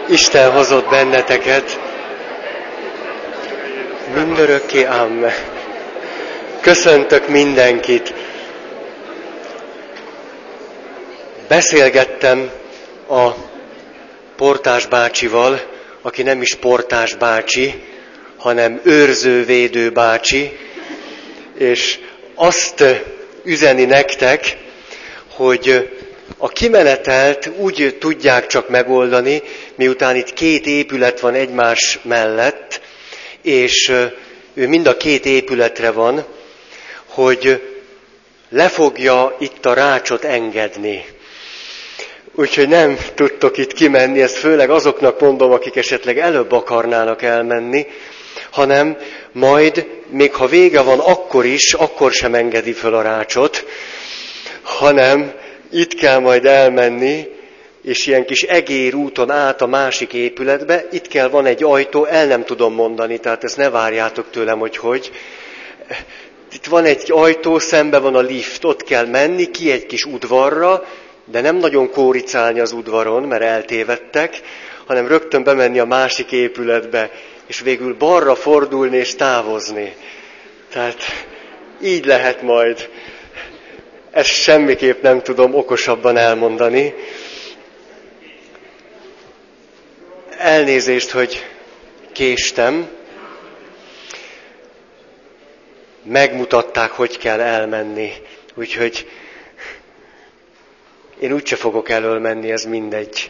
Isten hozott benneteket. Mindörökké, amen. Köszöntök mindenkit. Beszélgettem a portás bácsival, aki nem is portás bácsi, hanem őrző-védő bácsi, és azt üzeni nektek, hogy a kimenetelt úgy tudják csak megoldani, miután itt két épület van egymás mellett, és ő mind a két épületre van, hogy le fogja itt a rácsot engedni. Úgyhogy nem tudtok itt kimenni, ezt főleg azoknak mondom, akik esetleg előbb akarnának elmenni, hanem majd, még ha vége van, akkor sem engedi föl a rácsot, hanem itt kell majd elmenni, és ilyen kis egér úton át a másik épületbe, itt kell, van egy ajtó, el nem tudom mondani, tehát ezt ne várjátok tőlem, hogy. Itt van egy ajtó, szembe van a lift, ott kell menni, ki egy kis udvarra, de nem nagyon kóricálni az udvaron, mert eltévedtek, hanem rögtön bemenni a másik épületbe, és végül balra fordulni és távozni. Tehát így lehet majd. Ezt semmiképp nem tudom okosabban elmondani. Elnézést, hogy késtem. Megmutatták, hogy kell elmenni. Úgyhogy én úgyse fogok elől menni, ez mindegy.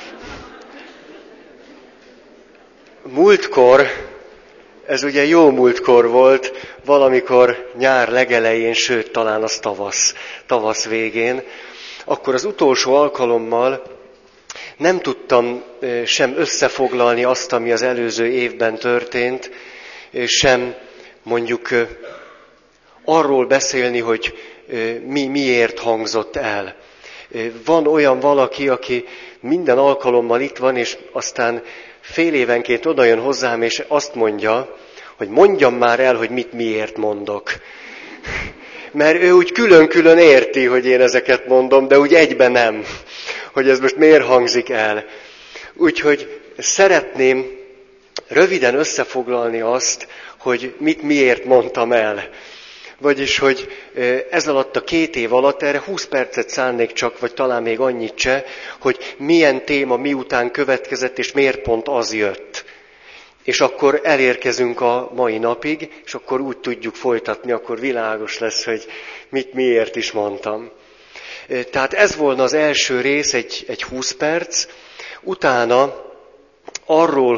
Múltkor, ez ugye jó múltkor volt, valamikor nyár legelején, sőt talán az tavasz végén, akkor az utolsó alkalommal nem tudtam sem összefoglalni azt, ami az előző évben történt, sem mondjuk arról beszélni, hogy miért hangzott el. Van olyan valaki, aki minden alkalommal itt van, és aztán fél évenként odajön hozzám, és azt mondja, hogy mondjam már el, hogy miért mondok. Mert ő úgy külön-külön érti, hogy én ezeket mondom, de úgy egyben nem, hogy ez most miért hangzik el. Úgyhogy szeretném röviden összefoglalni azt, hogy miért mondtam el. Vagyis, hogy ez alatt a 2 év alatt, erre 20 percet szánnék csak, vagy talán még annyit se, hogy milyen téma miután következett, és miért pont az jött. És akkor elérkezünk a mai napig, és akkor úgy tudjuk folytatni, akkor világos lesz, hogy miért is mondtam. Tehát ez volna az első rész, egy 20 perc. Utána arról,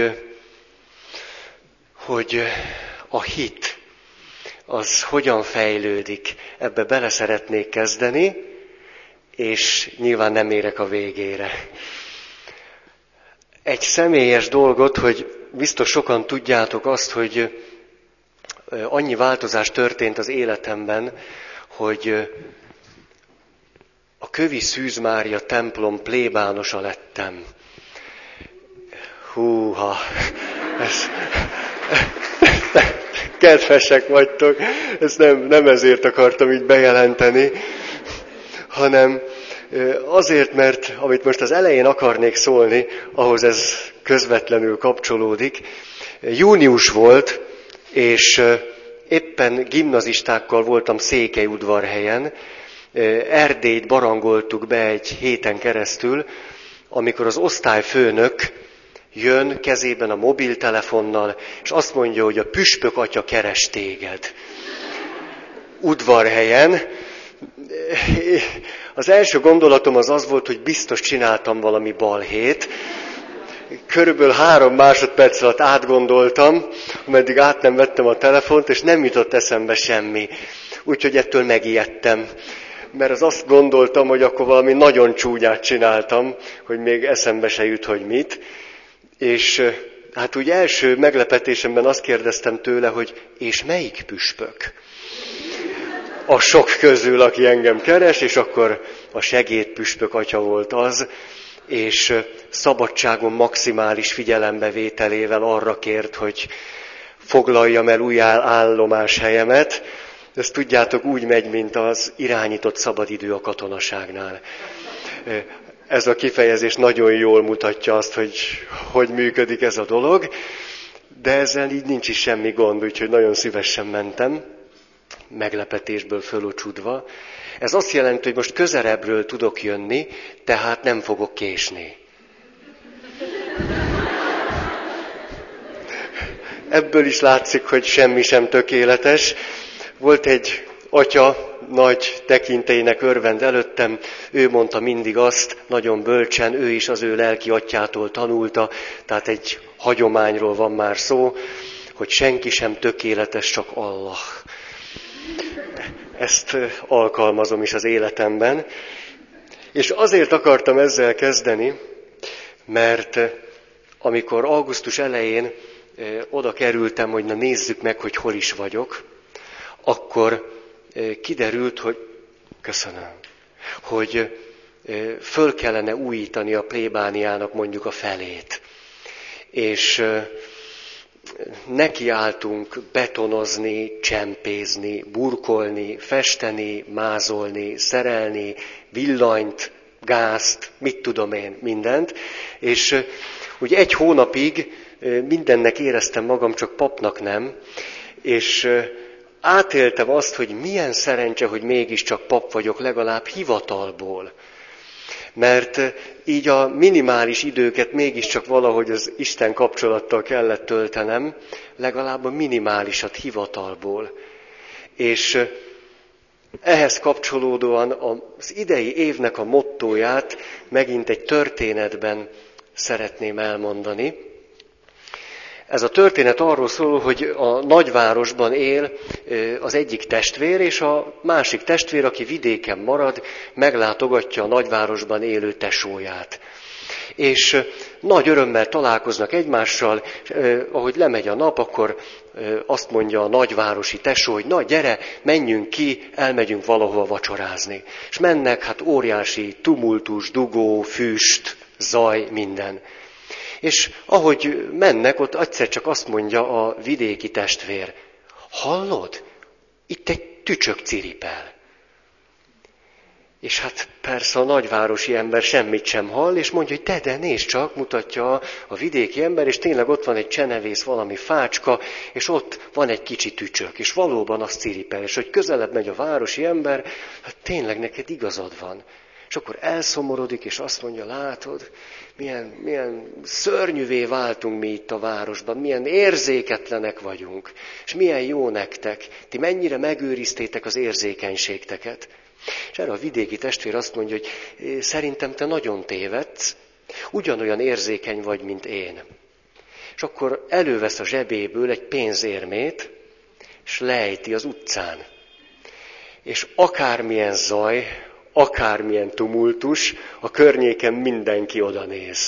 hogy a hit az hogyan fejlődik, ebbe bele szeretnék kezdeni, és nyilván nem érek a végére. Egy személyes dolgot, hogy biztos sokan tudjátok azt, hogy annyi változás történt az életemben, hogy a Kövi Szűz Mária templom plébánosa lettem. Húha! Kedvesek vagytok, ezt nem ezért akartam így bejelenteni, hanem azért, mert amit most az elején akarnék szólni, ahhoz ez közvetlenül kapcsolódik. Június volt, és éppen gimnazistákkal voltam Székelyudvarhelyen, Erdélyt barangoltuk be egy héten keresztül, amikor az osztályfőnök jön kezében a mobiltelefonnal, és azt mondja, hogy a püspök atya keres téged. Udvarhelyen. Az első gondolatom az volt, hogy biztos csináltam valami balhét. Körülbelül 3 másodperc alatt átgondoltam, ameddig át nem vettem a telefont, és nem jutott eszembe semmi. Úgyhogy ettől megijedtem. Mert az azt gondoltam, hogy akkor valami nagyon csúnyát csináltam, hogy még eszembe se jut, hogy mit. És hát úgy első meglepetésemben azt kérdeztem tőle, hogy és melyik püspök? A sok közül, aki engem keres, és akkor a segédpüspök atya volt az, és szabadságom maximális figyelembevételével arra kért, hogy foglaljam el új állomáshelyemet. Ezt tudjátok, úgy megy, mint az irányított szabadidő a katonaságnál. Ez a kifejezés nagyon jól mutatja azt, hogy működik ez a dolog, de ezzel így nincs is semmi gond, úgyhogy nagyon szívesen mentem, meglepetésből fölocsudva. Ez azt jelenti, hogy most közelebbről tudok jönni, tehát nem fogok késni. Ebből is látszik, hogy semmi sem tökéletes. Volt egy atya, nagy tekintélynek örvend előttem, ő mondta mindig azt, nagyon bölcsen, ő is az ő lelki atyjától tanulta, tehát egy hagyományról van már szó, hogy senki sem tökéletes, csak Allah. Ezt alkalmazom is az életemben. És azért akartam ezzel kezdeni, mert amikor augusztus elején oda kerültem, hogy na nézzük meg, hogy hol is vagyok, akkor kiderült, hogy föl kellene újítani a plébániának mondjuk a felét. És nekiálltunk betonozni, csempézni, burkolni, festeni, mázolni, szerelni, villanyt, gázt, mit tudom én, mindent. És ugye 1 hónapig mindennek éreztem magam, csak papnak nem, és átéltem azt, hogy milyen szerencse, hogy mégiscsak pap vagyok, legalább hivatalból. Mert így a minimális időket mégiscsak valahogy az Isten kapcsolattal kellett töltenem, legalább a minimálisat hivatalból. És ehhez kapcsolódóan az idei évnek a mottóját megint egy történetben szeretném elmondani. Ez a történet arról szól, hogy a nagyvárosban él az egyik testvér, és a másik testvér, aki vidéken marad, meglátogatja a nagyvárosban élő tesóját. És nagy örömmel találkoznak egymással, ahogy lemegy a nap, akkor azt mondja a nagyvárosi tesó, hogy na gyere, menjünk ki, elmegyünk valahova vacsorázni. És mennek, hát óriási tumultus, dugó, füst, zaj, minden. És ahogy mennek, ott egyszer csak azt mondja a vidéki testvér, hallod? Itt egy tücsök ciripel. És hát persze a nagyvárosi ember semmit sem hall, és mondja, hogy de nézd csak, mutatja a vidéki ember, és tényleg ott van egy csenevész, valami fácska, és ott van egy kicsi tücsök, és valóban az ciripel, és hogy közelebb megy a városi ember, hát tényleg neked igazad van. És akkor elszomorodik, és azt mondja, látod, milyen szörnyűvé váltunk mi itt a városban, milyen érzéketlenek vagyunk, és milyen jó nektek, ti mennyire megőriztétek az érzékenységteket. És erre a vidéki testvér azt mondja, hogy szerintem te nagyon tévedsz, ugyanolyan érzékeny vagy, mint én. És akkor elővesz a zsebéből egy pénzérmét, és lejti az utcán. És akármilyen zaj, akármilyen tumultus, a környéken mindenki oda néz.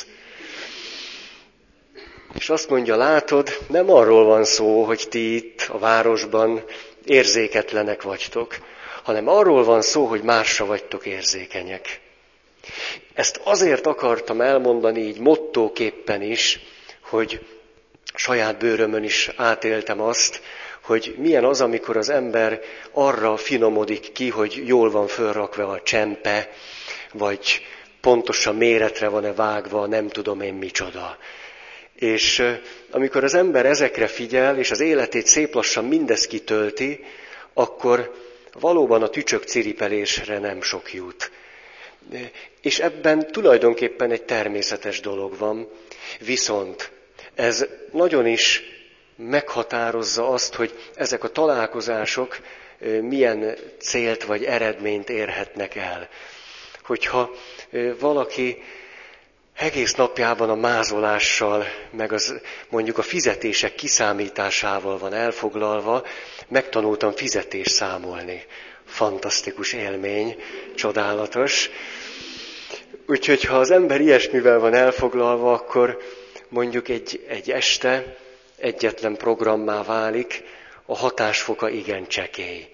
És azt mondja, látod, nem arról van szó, hogy ti itt a városban érzéketlenek vagytok, hanem arról van szó, hogy másra vagytok érzékenyek. Ezt azért akartam elmondani így mottóképpen is, hogy saját bőrömön is átéltem azt, hogy milyen az, amikor az ember arra finomodik ki, hogy jól van fölrakva a csempe, vagy pontosan méretre van-e vágva, nem tudom én micsoda. És amikor az ember ezekre figyel, és az életét szép lassan mindez kitölti, akkor valóban a tücsök ciripelésre nem sok jut. És ebben tulajdonképpen egy természetes dolog van, viszont ez nagyon is meghatározza azt, hogy ezek a találkozások milyen célt vagy eredményt érhetnek el. Hogyha valaki egész napjában a mázolással, meg mondjuk a fizetések kiszámításával van elfoglalva, megtanultam fizetést számolni. Fantasztikus élmény, csodálatos. Úgyhogy ha az ember ilyesmivel van elfoglalva, akkor mondjuk egy este egyetlen programmá válik, a hatásfoka igen csekély.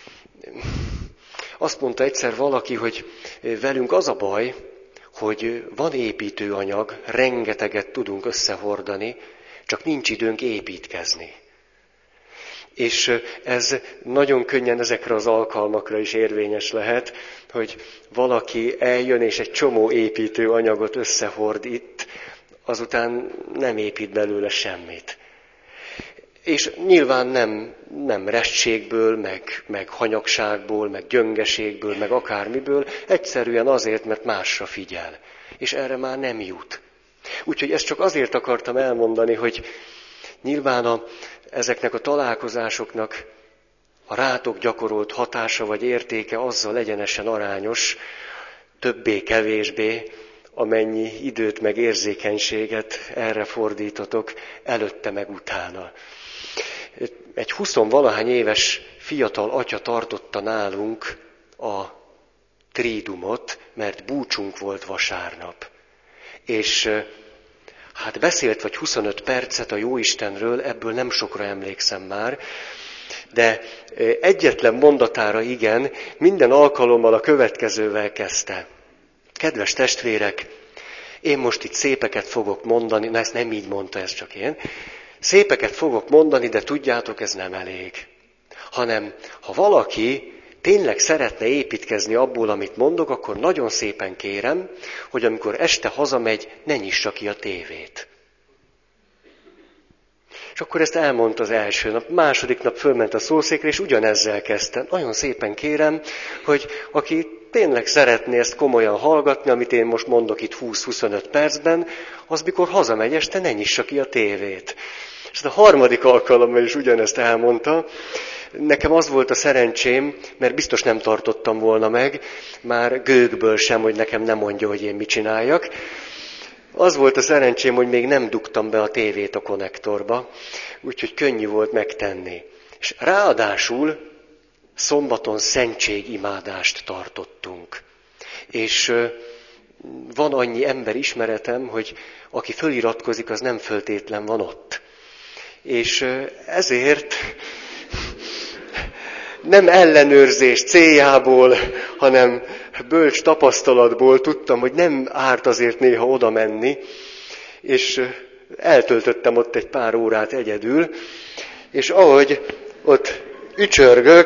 Azt mondta egyszer valaki, hogy velünk az a baj, hogy van építőanyag, rengeteget tudunk összehordani, csak nincs időnk építkezni. És ez nagyon könnyen ezekre az alkalmakra is érvényes lehet, hogy valaki eljön és egy csomó építő anyagot összehord itt, azután nem épít belőle semmit. És nyilván nem restségből, meg hanyagságból, meg gyöngeségből, meg akármiből, egyszerűen azért, mert másra figyel. És erre már nem jut. Úgyhogy ezt csak azért akartam elmondani, hogy nyilván ezeknek a találkozásoknak a rátok gyakorolt hatása vagy értéke azzal egyenesen arányos, többé-kevésbé, amennyi időt meg érzékenységet erre fordítotok előtte meg utána. Egy 20-valahány éves fiatal atya tartotta nálunk a trídumot, mert búcsunk volt vasárnap. És hát beszélt vagy 25 percet a Jóistenről, ebből nem sokra emlékszem már, de egyetlen mondatára igen, minden alkalommal a következővel kezdte. Kedves testvérek, én most itt szépeket fogok mondani, na ezt nem így mondta, ez csak én, szépeket fogok mondani, de tudjátok, ez nem elég. Hanem, ha valaki tényleg szeretne építkezni abból, amit mondok, akkor nagyon szépen kérem, hogy amikor este hazamegy, ne nyissa ki a tévét. És akkor ezt elmondta az első nap. Második nap fölment a szószékre, és ugyanezzel kezdte. Nagyon szépen kérem, hogy aki tényleg szeretné ezt komolyan hallgatni, amit én most mondok itt 20-25 percben, az mikor hazamegy este, ne nyissa ki a tévét. És a harmadik alkalommal is ugyanezt elmondta. Nekem az volt a szerencsém, mert biztos nem tartottam volna meg, már gőgből sem, hogy nekem nem mondja, hogy én mit csináljak. Az volt a szerencsém, hogy még nem dugtam be a tévét a konnektorba, úgyhogy könnyű volt megtenni. És ráadásul szombaton szentségimádást tartottunk. És van annyi ember ismeretem, hogy aki föliratkozik, az nem föltétlen van ott. És ezért nem ellenőrzés céljából, hanem bölcs tapasztalatból tudtam, hogy nem árt azért néha oda menni, és eltöltöttem ott egy pár órát egyedül, és ahogy ott ücsörgök,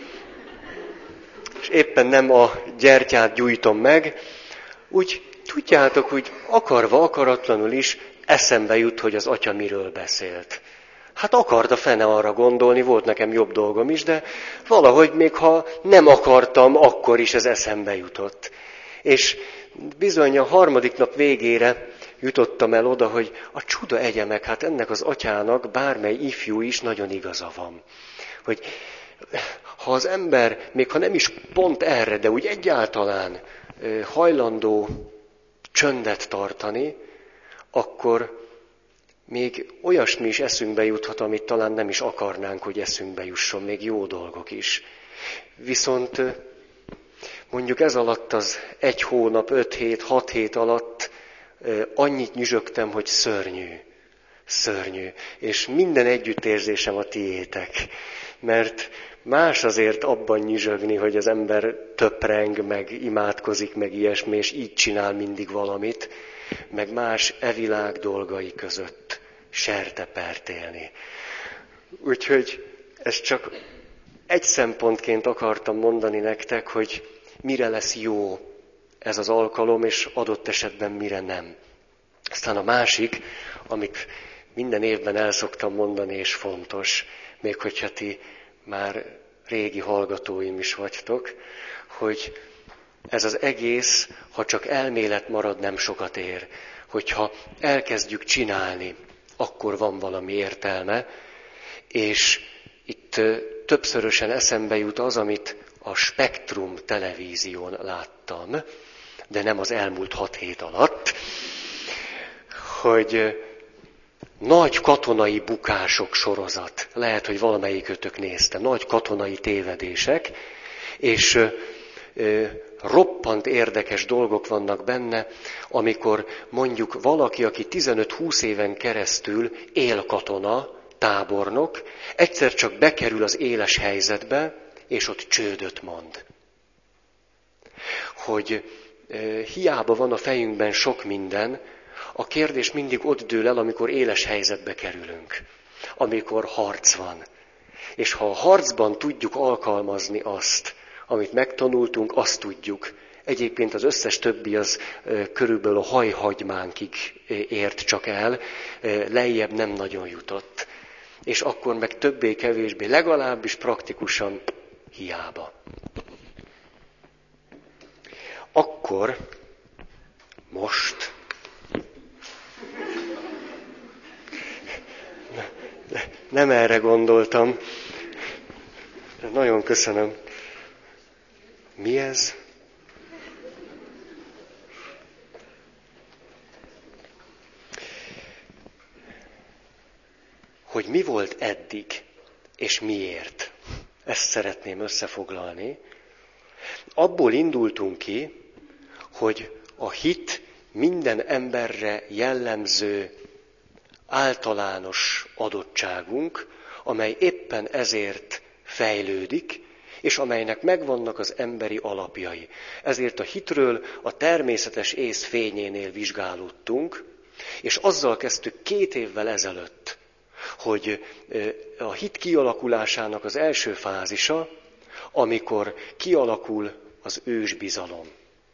és éppen nem a gyertyát gyújtom meg, úgy tudjátok, hogy akarva, akaratlanul is eszembe jut, hogy az atya miről beszélt. Hát akart a fene arra gondolni, volt nekem jobb dolgom is, de valahogy még ha nem akartam, akkor is ez eszembe jutott. És bizony a harmadik nap végére jutottam el oda, hogy a csuda egyemek, hát ennek az atyának bármely ifjú is nagyon igaza van. Hogy ha az ember, még ha nem is pont erre, de úgy egyáltalán hajlandó csöndet tartani, akkor még olyasmi is eszünkbe juthat, amit talán nem is akarnánk, hogy eszünkbe jusson, még jó dolgok is. Viszont mondjuk ez alatt az 1 hónap, 5 hét, 6 hét alatt annyit nyüzsögtem, hogy szörnyű. És minden együttérzésem a tiétek. Mert más azért abban nyüzsögni, hogy az ember töpreng, meg imádkozik, meg ilyesmi, és így csinál mindig valamit, meg más világ dolgai között sertepert élni. Úgyhogy ezt csak egy szempontként akartam mondani nektek, hogy mire lesz jó ez az alkalom, és adott esetben mire nem. Aztán a másik, amit minden évben el szoktam mondani, és fontos, még hogyha ti már régi hallgatóim is vagytok, hogy ez az egész, ha csak elmélet marad, nem sokat ér. Hogyha elkezdjük csinálni, akkor van valami értelme, és itt többszörösen eszembe jut az, amit a Spektrum televízión láttam, de nem az elmúlt 6 hét alatt, hogy nagy katonai bukások sorozat. Lehet, hogy valamelyikötök nézte. Nagy katonai tévedések, és roppant érdekes dolgok vannak benne, amikor mondjuk valaki, aki 15-20 éven keresztül élkatona, tábornok, egyszer csak bekerül az éles helyzetbe, és ott csődöt mond. Hogy hiába van a fejünkben sok minden, a kérdés mindig ott dől el, amikor éles helyzetbe kerülünk, amikor harc van. És ha a harcban tudjuk alkalmazni azt, amit megtanultunk, azt tudjuk. Egyébként az összes többi az körülbelül a hajhagymánkig ért csak el, lejjebb nem nagyon jutott. És akkor meg többé-kevésbé, legalábbis praktikusan hiába. Akkor, most, nem erre gondoltam, nagyon köszönöm. Mi ez? Hogy mi volt eddig, és miért. Ezt szeretném összefoglalni. Abból indultunk ki, hogy a hit minden emberre jellemző általános adottságunk, amely éppen ezért fejlődik, és amelynek megvannak az emberi alapjai. Ezért a hitről a természetes ész fényénél vizsgálódtunk, és azzal kezdtük 2 évvel ezelőtt, hogy a hit kialakulásának az első fázisa, amikor kialakul az ősbizalom.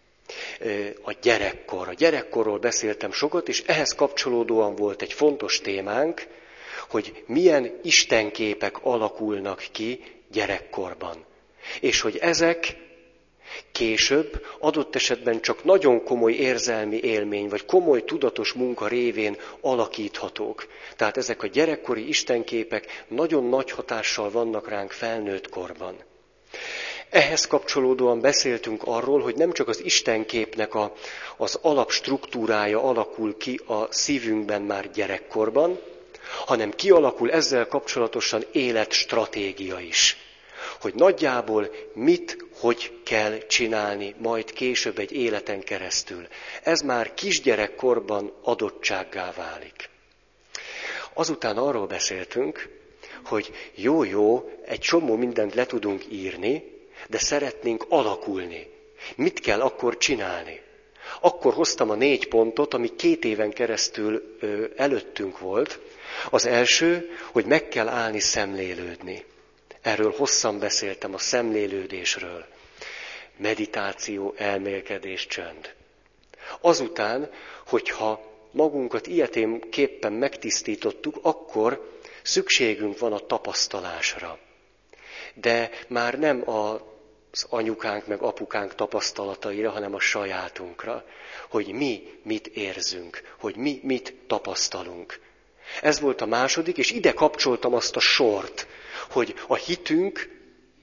A gyerekkor. A gyerekkorról beszéltem sokat, és ehhez kapcsolódóan volt egy fontos témánk, hogy milyen istenképek alakulnak ki gyerekkorban. És hogy ezek később adott esetben csak nagyon komoly érzelmi élmény, vagy komoly tudatos munka révén alakíthatók. Tehát ezek a gyerekkori istenképek nagyon nagy hatással vannak ránk felnőtt korban. Ehhez kapcsolódóan beszéltünk arról, hogy nem csak az istenképnek az alapstruktúrája alakul ki a szívünkben már gyerekkorban, hanem kialakul ezzel kapcsolatosan életstratégia is. Hogy nagyjából mit, hogy kell csinálni majd később egy életen keresztül. Ez már kisgyerekkorban adottsággá válik. Azután arról beszéltünk, hogy jó, egy csomó mindent le tudunk írni, de szeretnénk alakulni. Mit kell akkor csinálni? Akkor hoztam a 4 pontot, ami 2 éven keresztül előttünk volt. Az első, hogy meg kell állni szemlélődni. Erről hosszan beszéltem, a szemlélődésről. Meditáció, elmélkedés, csönd. Azután, hogyha magunkat ilyeténképpen megtisztítottuk, akkor szükségünk van a tapasztalásra. De már nem az anyukánk meg apukánk tapasztalataira, hanem a sajátunkra, hogy mi mit érzünk, hogy mi mit tapasztalunk. Ez volt a második, és ide kapcsoltam azt a sort, hogy a hitünk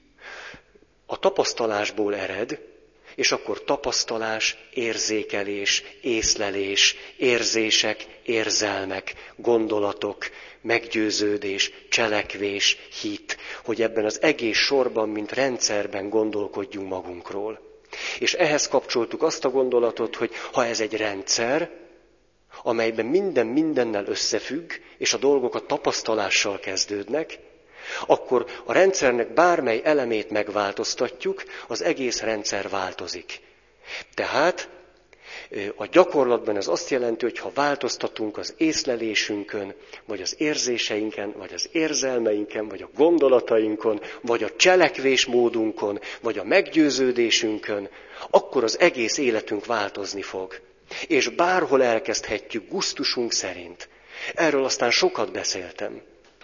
a tapasztalásból ered, és akkor tapasztalás, érzékelés, észlelés, érzések, érzelmek, gondolatok, meggyőződés, cselekvés, hit, hogy ebben az egész sorban, mint rendszerben gondolkodjunk magunkról. És ehhez kapcsoltuk azt a gondolatot, hogy ha ez egy rendszer, amelyben minden mindennel összefügg, és a dolgok a tapasztalással kezdődnek, akkor a rendszernek bármely elemét megváltoztatjuk, az egész rendszer változik. Tehát a gyakorlatban ez azt jelenti, hogy ha változtatunk az észlelésünkön, vagy az érzéseinken, vagy az érzelmeinken, vagy a gondolatainkon, vagy a cselekvésmódunkon, vagy a meggyőződésünkön, akkor az egész életünk változni fog. És bárhol elkezdhetjük gusztusunk szerint. Erről aztán sokat beszéltem.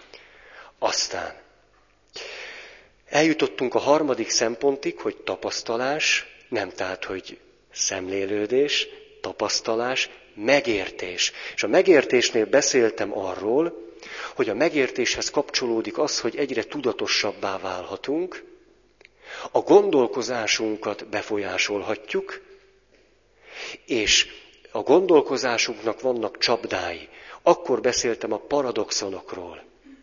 Aztán eljutottunk a 3. szempontig, hogy tapasztalás, nem tehát, hogy szemlélődés, tapasztalás, megértés. És a megértésnél beszéltem arról, hogy a megértéshez kapcsolódik az, hogy egyre tudatosabbá válhatunk, a gondolkozásunkat befolyásolhatjuk, és a gondolkozásunknak vannak csapdái. Akkor beszéltem a paradoxonokról,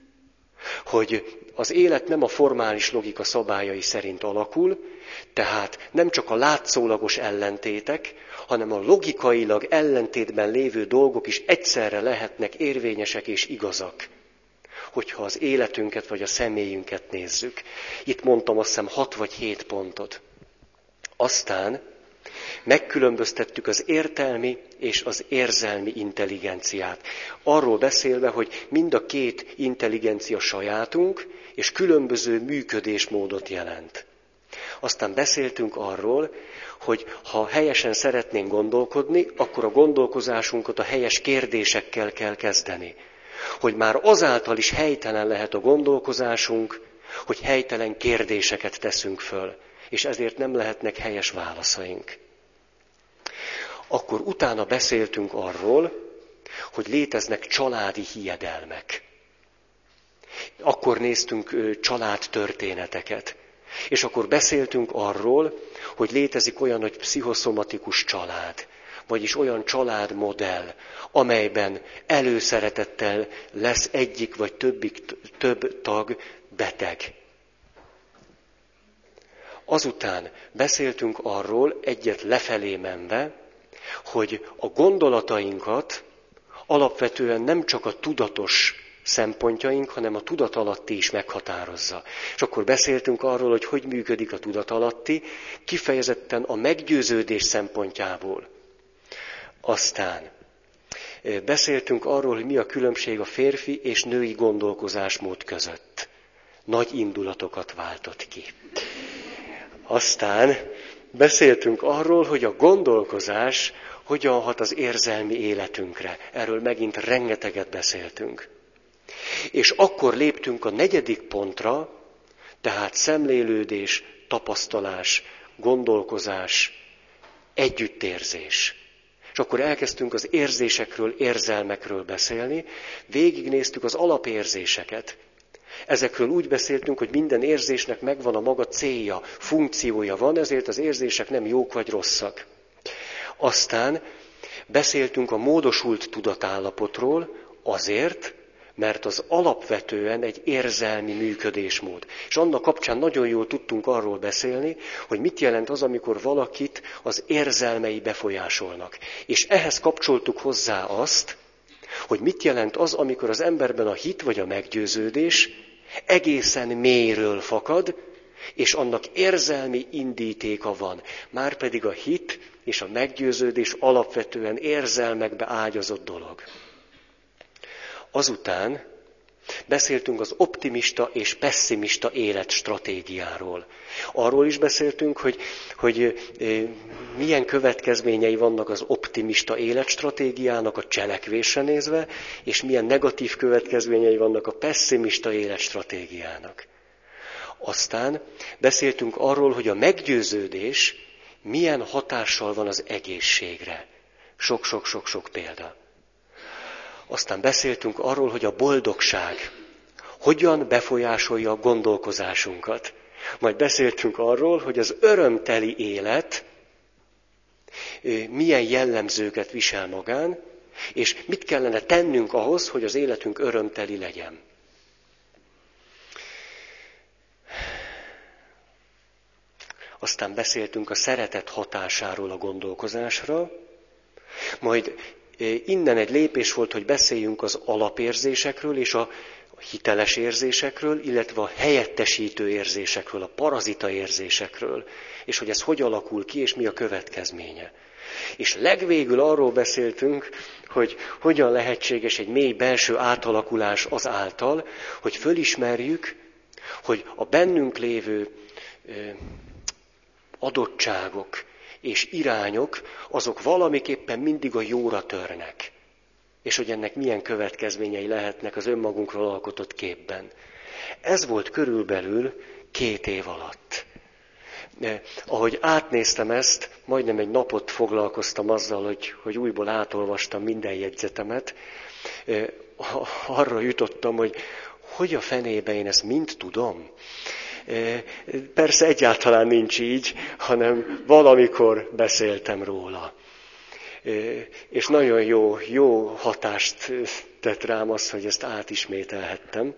hogy az élet nem a formális logika szabályai szerint alakul, tehát nem csak a látszólagos ellentétek, hanem a logikailag ellentétben lévő dolgok is egyszerre lehetnek érvényesek és igazak, hogyha az életünket vagy a személyünket nézzük. Itt mondtam azt hiszem 6 vagy 7 pontot. Aztán Megkülönböztettük az értelmi és az érzelmi intelligenciát. Arról beszélve, hogy mind a két intelligencia sajátunk, és különböző működésmódot jelent. Aztán beszéltünk arról, hogy ha helyesen szeretnénk gondolkodni, akkor a gondolkozásunkat a helyes kérdésekkel kell kezdeni. Hogy már azáltal is helytelen lehet a gondolkozásunk, hogy helytelen kérdéseket teszünk föl, és ezért nem lehetnek helyes válaszaink. Akkor utána beszéltünk arról, hogy léteznek családi hiedelmek. Akkor néztünk családtörténeteket. És akkor beszéltünk arról, hogy létezik olyan, hogy pszichoszomatikus család, vagyis olyan családmodell, amelyben előszeretettel lesz egyik vagy több tag beteg. Azután beszéltünk arról, egyet lefelé menve, hogy a gondolatainkat alapvetően nem csak a tudatos szempontjaink, hanem a tudatalatti is meghatározza. És akkor beszéltünk arról, hogy működik a tudatalatti, kifejezetten a meggyőződés szempontjából. Aztán beszéltünk arról, hogy mi a különbség a férfi és női gondolkozásmód között. Nagy indulatokat váltott ki. Aztán beszéltünk arról, hogy a gondolkozás hogyan hat az érzelmi életünkre. Erről megint rengeteget beszéltünk. És akkor léptünk a 4. pontra, tehát szemlélődés, tapasztalás, gondolkozás, együttérzés. És akkor elkezdtünk az érzésekről, érzelmekről beszélni, végignéztük az alapérzéseket. Ezekről úgy beszéltünk, hogy minden érzésnek megvan a maga célja, funkciója van, ezért az érzések nem jók vagy rosszak. Aztán beszéltünk a módosult tudatállapotról azért, mert az alapvetően egy érzelmi működésmód. És annak kapcsán nagyon jól tudtunk arról beszélni, hogy mit jelent az, amikor valakit az érzelmei befolyásolnak. És ehhez kapcsoltuk hozzá azt, hogy mit jelent az, amikor az emberben a hit vagy a meggyőződés egészen mélyről fakad, és annak érzelmi indítéka van. Márpedig a hit és a meggyőződés alapvetően érzelmekbe ágyazott dolog. Azután beszéltünk az optimista és pesszimista életstratégiáról. Arról is beszéltünk, hogy milyen következményei vannak az optimista életstratégiának a cselekvésre nézve, és milyen negatív következményei vannak a pesszimista életstratégiának. Aztán beszéltünk arról, hogy a meggyőződés milyen hatással van az egészségre. Sok példa. Aztán beszéltünk arról, hogy a boldogság hogyan befolyásolja a gondolkozásunkat. Majd beszéltünk arról, hogy az örömteli élet milyen jellemzőket visel magán, és mit kellene tennünk ahhoz, hogy az életünk örömteli legyen. Aztán beszéltünk a szeretet hatásáról a gondolkozásra, majd innen egy lépés volt, hogy beszéljünk az alapérzésekről és a hiteles érzésekről, illetve a helyettesítő érzésekről, a parazita érzésekről, és hogy ez hogy alakul ki, és mi a következménye. És legvégül arról beszéltünk, hogy hogyan lehetséges egy mély belső átalakulás azáltal, hogy fölismerjük, hogy a bennünk lévő adottságok és irányok, azok valamiképpen mindig a jóra törnek. És hogy ennek milyen következményei lehetnek az önmagunkról alkotott képben. Ez volt körülbelül 2 év alatt. Ahogy átnéztem ezt, majdnem egy napot foglalkoztam azzal, hogy újból átolvastam minden jegyzetemet. Arra jutottam, hogy a fenébe én ezt mind tudom. Persze egyáltalán nincs így, hanem valamikor beszéltem róla. És nagyon jó hatást tett rám az, hogy ezt átismételhettem.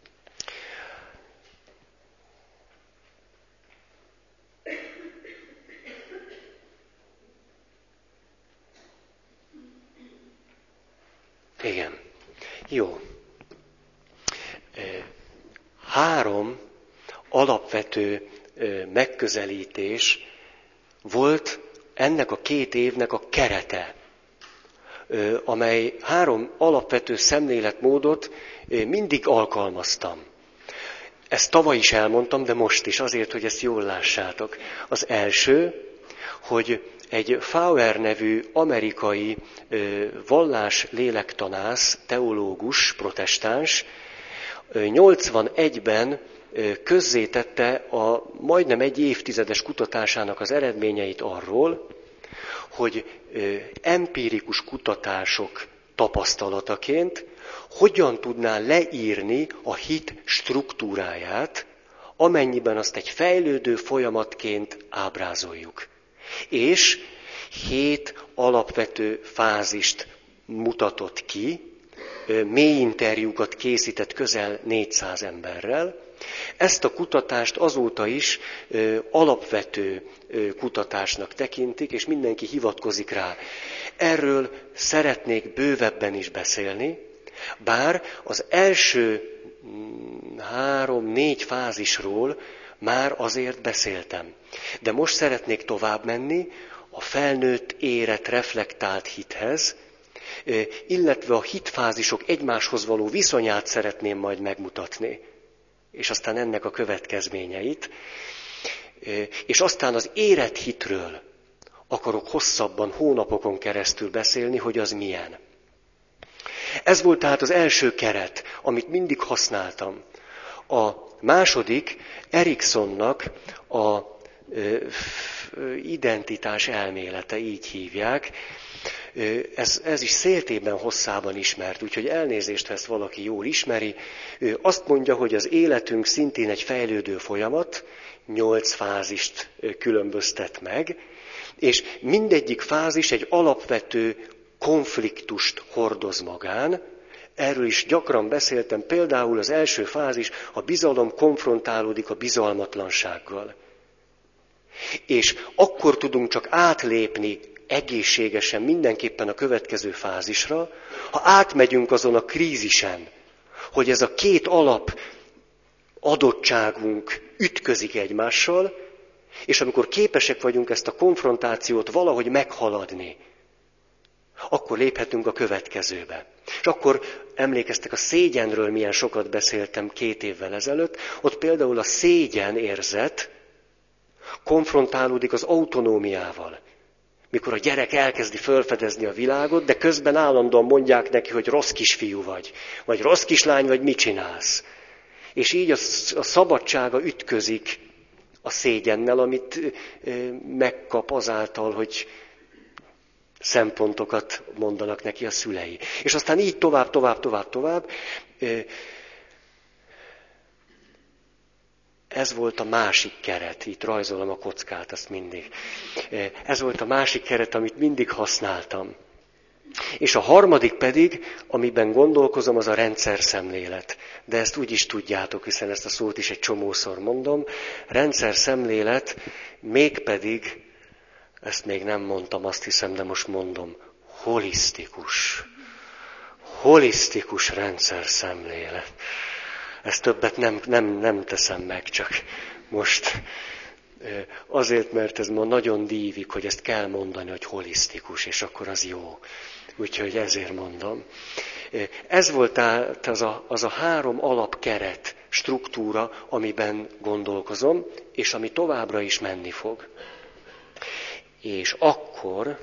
Igen. Jó. 3 alapvető megközelítés volt ennek a 2 évnek a kerete, amely 3 alapvető szemléletmódot mindig alkalmaztam. Ezt tavaly is elmondtam, de most is, azért, hogy ezt jól lássátok. Az első, hogy egy Fowler nevű amerikai vallás-lélektanász, teológus, protestáns 81-ben közzétette a majdnem egy évtizedes kutatásának az eredményeit arról, hogy empirikus kutatások tapasztalataként hogyan tudná leírni a hit struktúráját, amennyiben azt egy fejlődő folyamatként ábrázoljuk. És 7 alapvető fázist mutatott ki, mély interjúkat készített közel 400 emberrel. Ezt a kutatást azóta is alapvető kutatásnak tekintik, és mindenki hivatkozik rá. Erről szeretnék bővebben is beszélni, bár az első 3-4 fázisról már azért beszéltem. De most szeretnék tovább menni a felnőtt, érett, reflektált hithez, illetve a hitfázisok egymáshoz való viszonyát szeretném majd megmutatni, és aztán ennek a következményeit. És aztán az érett hitről akarok hosszabban, hónapokon keresztül beszélni, hogy az milyen. Ez volt tehát az első keret, amit mindig használtam. A második Eriksonnak a identitás elmélete, így hívják. Ez is széltében hosszában ismert, úgyhogy elnézést, ha ezt valaki jól ismeri. Ő azt mondja, hogy az életünk szintén egy fejlődő folyamat, 8 fázist különböztet meg, és mindegyik fázis egy alapvető konfliktust hordoz magán. Erről is gyakran beszéltem, például az első fázis, a bizalom konfrontálódik a bizalmatlansággal. És akkor tudunk csak átlépni egészségesen mindenképpen a következő fázisra, ha átmegyünk azon a krízisen, hogy ez a 2 alap adottságunk ütközik egymással, és amikor képesek vagyunk ezt a konfrontációt valahogy meghaladni, akkor léphetünk a következőbe. És akkor emlékeztek, a szégyenről milyen sokat beszéltem 2 évvel ezelőtt, ott például a szégyen érzet konfrontálódik az autonómiával. Mikor a gyerek elkezdi felfedezni a világot, de közben állandóan mondják neki, hogy rossz kisfiú vagy rossz kislány, vagy mit csinálsz. És így a szabadsága ütközik a szégyennel, amit megkap azáltal, hogy szempontokat mondanak neki a szülei. És aztán így tovább. Ez volt a másik keret, itt rajzolom a kockát, azt mindig. Ez volt a másik keret, amit mindig használtam. És a harmadik pedig, amiben gondolkozom, az a rendszerszemlélet. De ezt úgy is tudjátok, hiszen ezt a szót is egy csomószor mondom. Rendszerszemlélet, mégpedig, ezt még nem mondtam, azt hiszem, de most mondom, holisztikus rendszerszemlélet. Ezt többet nem teszem meg, csak most azért, mert ez ma nagyon dívik, hogy ezt kell mondani, hogy holisztikus, és akkor az jó. Úgyhogy ezért mondom. Ez volt tehát az a 3 alapkeret struktúra, amiben gondolkozom, és ami továbbra is menni fog. És akkor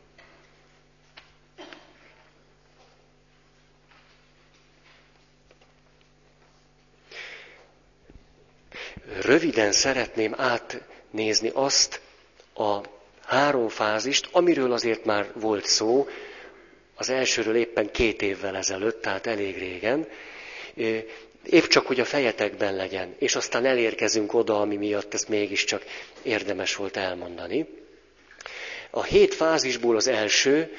röviden szeretném átnézni azt a 3 fázist, amiről azért már volt szó, az elsőről éppen 2 évvel ezelőtt, tehát elég régen, épp csak, hogy a fejetekben legyen, és aztán elérkezünk oda, ami miatt ezt mégiscsak érdemes volt elmondani. A 7 fázisból az első,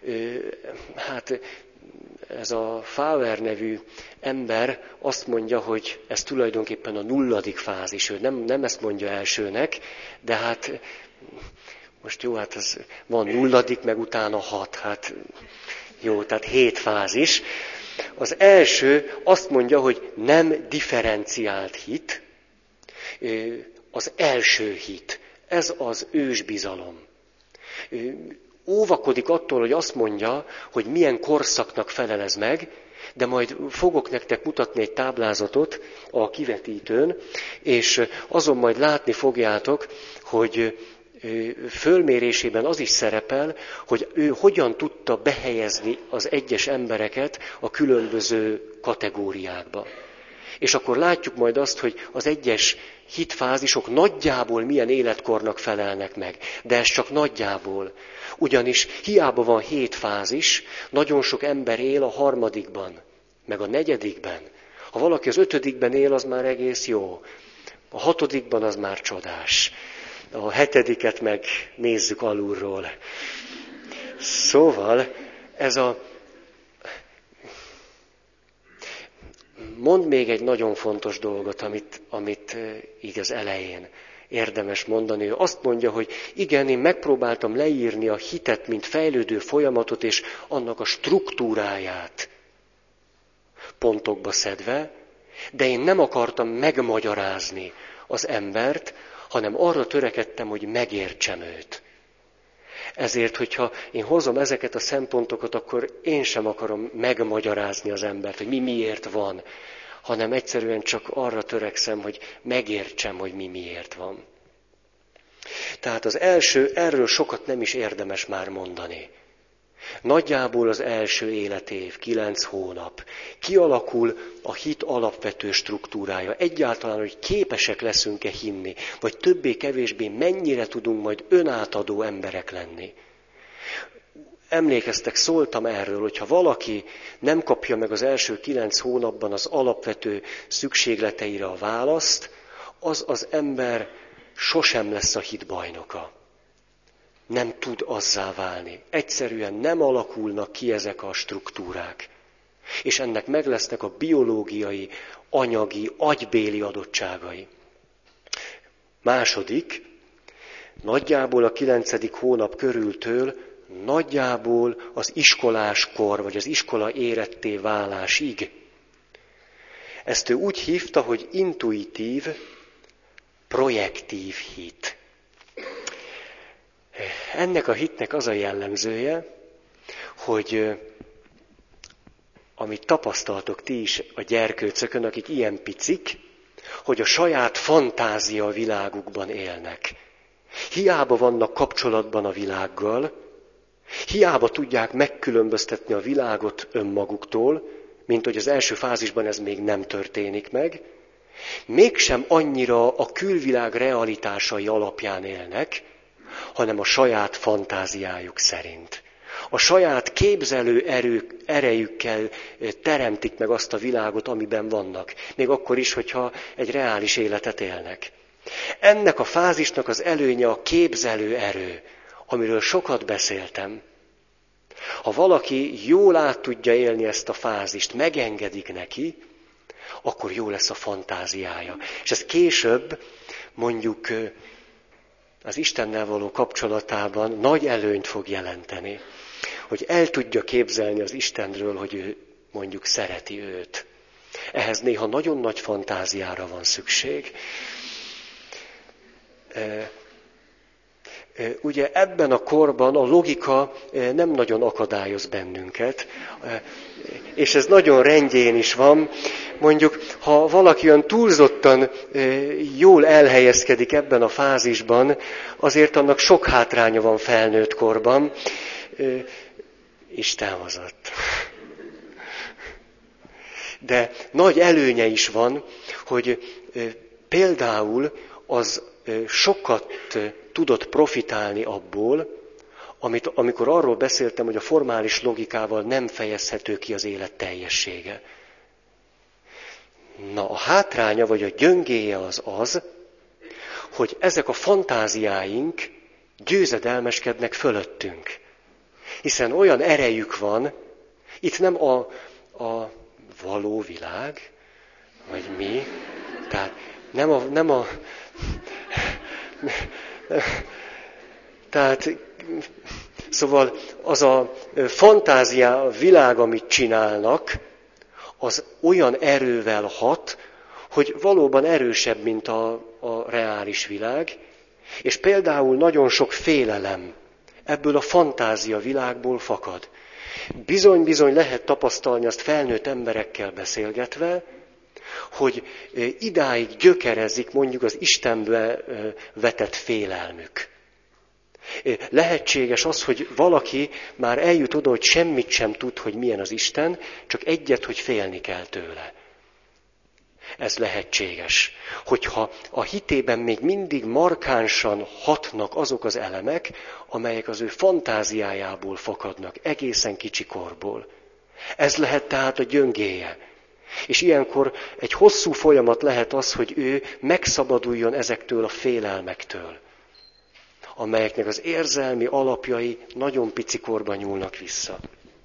ez a Fowler nevű ember azt mondja, hogy ez tulajdonképpen a 0. fázis. Ő nem ezt mondja elsőnek, de hát most jó, hát ez van 0, meg utána 6, hát jó, tehát 7 fázis. Az első azt mondja, hogy nem differenciált hit, az első hit. Ez az ősbizalom. Óvakodik attól, hogy azt mondja, hogy milyen korszaknak felel ez meg, de majd fogok nektek mutatni egy táblázatot a kivetítőn, és azon majd látni fogjátok, hogy fölmérésében az is szerepel, hogy ő hogyan tudta behelyezni az egyes embereket a különböző kategóriákba. És akkor látjuk majd azt, hogy az egyes hitfázisok nagyjából milyen életkornak felelnek meg. De ez csak nagyjából. Ugyanis hiába van 7 fázis, nagyon sok ember él a 3., meg a 4. Ha valaki az 5. él, az már egész jó. A 6. az már csodás. A 7. meg nézzük alulról. Szóval ez a... Mond még egy nagyon fontos dolgot, amit így az elején érdemes mondani. Ő azt mondja, hogy igen, én megpróbáltam leírni a hitet, mint fejlődő folyamatot, és annak a struktúráját pontokba szedve, de én nem akartam megmagyarázni az embert, hanem arra törekedtem, hogy megértsem őt. Ezért, hogyha én hozom ezeket a szempontokat, akkor én sem akarom megmagyarázni az embert, hogy mi miért van, hanem egyszerűen csak arra törekszem, hogy megértsem, hogy mi miért van. Tehát az első, erről sokat nem is érdemes már mondani. Nagyjából az első életév, 9 hónap. Kialakul a hit alapvető struktúrája. Egyáltalán, hogy képesek leszünk-e hinni, vagy többé-kevésbé mennyire tudunk majd önátadó emberek lenni. Emlékeztek, szóltam erről, hogyha valaki nem kapja meg az első 9 hónapban az alapvető szükségleteire a választ, az ember sosem lesz a hit bajnoka. Nem tud azzá válni. Egyszerűen nem alakulnak ki ezek a struktúrák. És ennek meg lesznek a biológiai, anyagi, agybéli adottságai. Második, nagyjából a 9. hónap körültől, nagyjából az iskoláskor, vagy az iskola éretté válásig. Ezt ő úgy hívta, hogy intuitív, projektív hit. Ennek a hitnek az a jellemzője, hogy amit tapasztaltok ti is a gyerkőcökön, akik ilyen picik, hogy a saját fantázia világukban élnek. Hiába vannak kapcsolatban a világgal, hiába tudják megkülönböztetni a világot önmaguktól, mint hogy az első fázisban ez még nem történik meg, mégsem annyira a külvilág realitásai alapján élnek, hanem a saját fantáziájuk szerint. A saját képzelő erejükkel teremtik meg azt a világot, amiben vannak. Még akkor is, hogyha egy reális életet élnek. Ennek a fázisnak az előnye a képzelő erő, amiről sokat beszéltem. Ha valaki jól át tudja élni ezt a fázist, megengedik neki, akkor jó lesz a fantáziája. És ez később, mondjuk az Istennel való kapcsolatában nagy előnyt fog jelenteni. Hogy el tudja képzelni az Istenről, hogy ő mondjuk szereti őt. Ehhez néha nagyon nagy fantáziára van szükség. Ugye ebben a korban a logika nem nagyon akadályoz bennünket, és ez nagyon rendjén is van. Mondjuk, ha valaki olyan túlzottan jól elhelyezkedik ebben a fázisban, azért annak sok hátránya van felnőtt korban. Isten hozott. De nagy előnye is van, hogy például az sokat tudott profitálni abból, amikor arról beszéltem, hogy a formális logikával nem fejezhető ki az élet teljessége. Na, a hátránya vagy a gyöngéje az, hogy ezek a fantáziáink győzedelmeskednek fölöttünk. Hiszen olyan erejük van, itt nem a való világ, vagy mi, tehát tehát, szóval az a fantázia, a világ, amit csinálnak, az olyan erővel hat, hogy valóban erősebb, mint a reális világ, és például nagyon sok félelem Ebből a fantázia világból fakad. Bizony-bizony lehet tapasztalni azt felnőtt emberekkel beszélgetve, hogy idáig gyökerezik mondjuk az Istenbe vetett félelmük. Lehetséges az, hogy valaki már eljut oda, hogy semmit sem tud, hogy milyen az Isten, csak egyet, hogy félni kell tőle. Ez lehetséges. Hogyha a hitében még mindig markánsan hatnak azok az elemek, amelyek az ő fantáziájából fakadnak, egészen kicsi korból. Ez lehet tehát a gyöngéje. És ilyenkor egy hosszú folyamat lehet az, hogy ő megszabaduljon ezektől a félelmektől, amelyeknek az érzelmi alapjai nagyon pici korban nyúlnak vissza.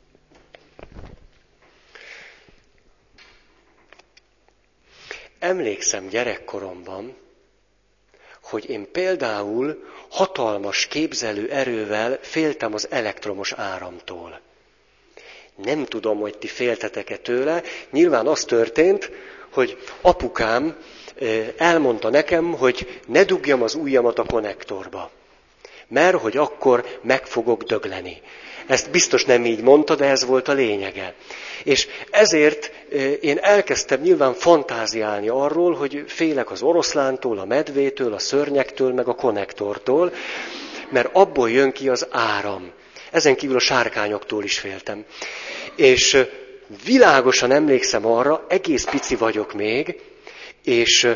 Emlékszem gyerekkoromban, hogy én például hatalmas képzelő erővel féltem az elektromos áramtól. Nem tudom, hogy ti féltetek-e tőle. Nyilván az történt, hogy apukám elmondta nekem, hogy ne dugjam az ujjamat a konnektorba, mert hogy akkor meg fogok dögleni. Ezt biztos nem így mondta, de ez volt a lényege. És ezért én elkezdtem nyilván fantáziálni arról, hogy félek az oroszlántól, a medvétől, a szörnyektől, meg a konnektortól, mert abból jön ki az áram. Ezen kívül a sárkányoktól is féltem. És világosan emlékszem arra, egész pici vagyok még, és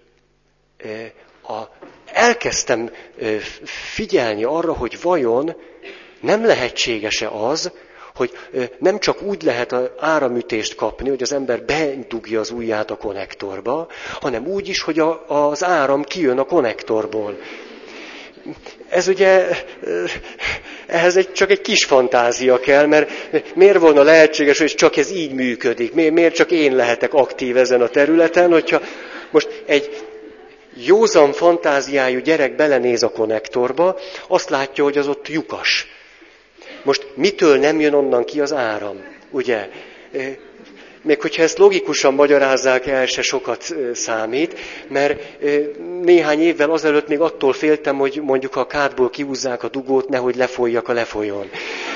elkezdtem figyelni arra, hogy vajon nem lehetséges-e az, hogy nem csak úgy lehet az áramütést kapni, hogy az ember bedugja az ujját a konnektorba, hanem úgy is, hogy az áram kijön a konnektorból. Ez ugye, ehhez csak egy kis fantázia kell, mert miért volna lehetséges, hogy csak ez így működik? Miért csak én lehetek aktív ezen a területen, hogyha most egy józan fantáziájú gyerek belenéz a konnektorba, azt látja, hogy az ott lyukas. Most mitől nem jön onnan ki az áram, ugye? Még hogyha ezt logikusan magyarázzák el, se sokat számít, mert néhány évvel azelőtt még attól féltem, hogy mondjuk a kádból kihúzzák a dugót, nehogy lefolyjak a lefolyon.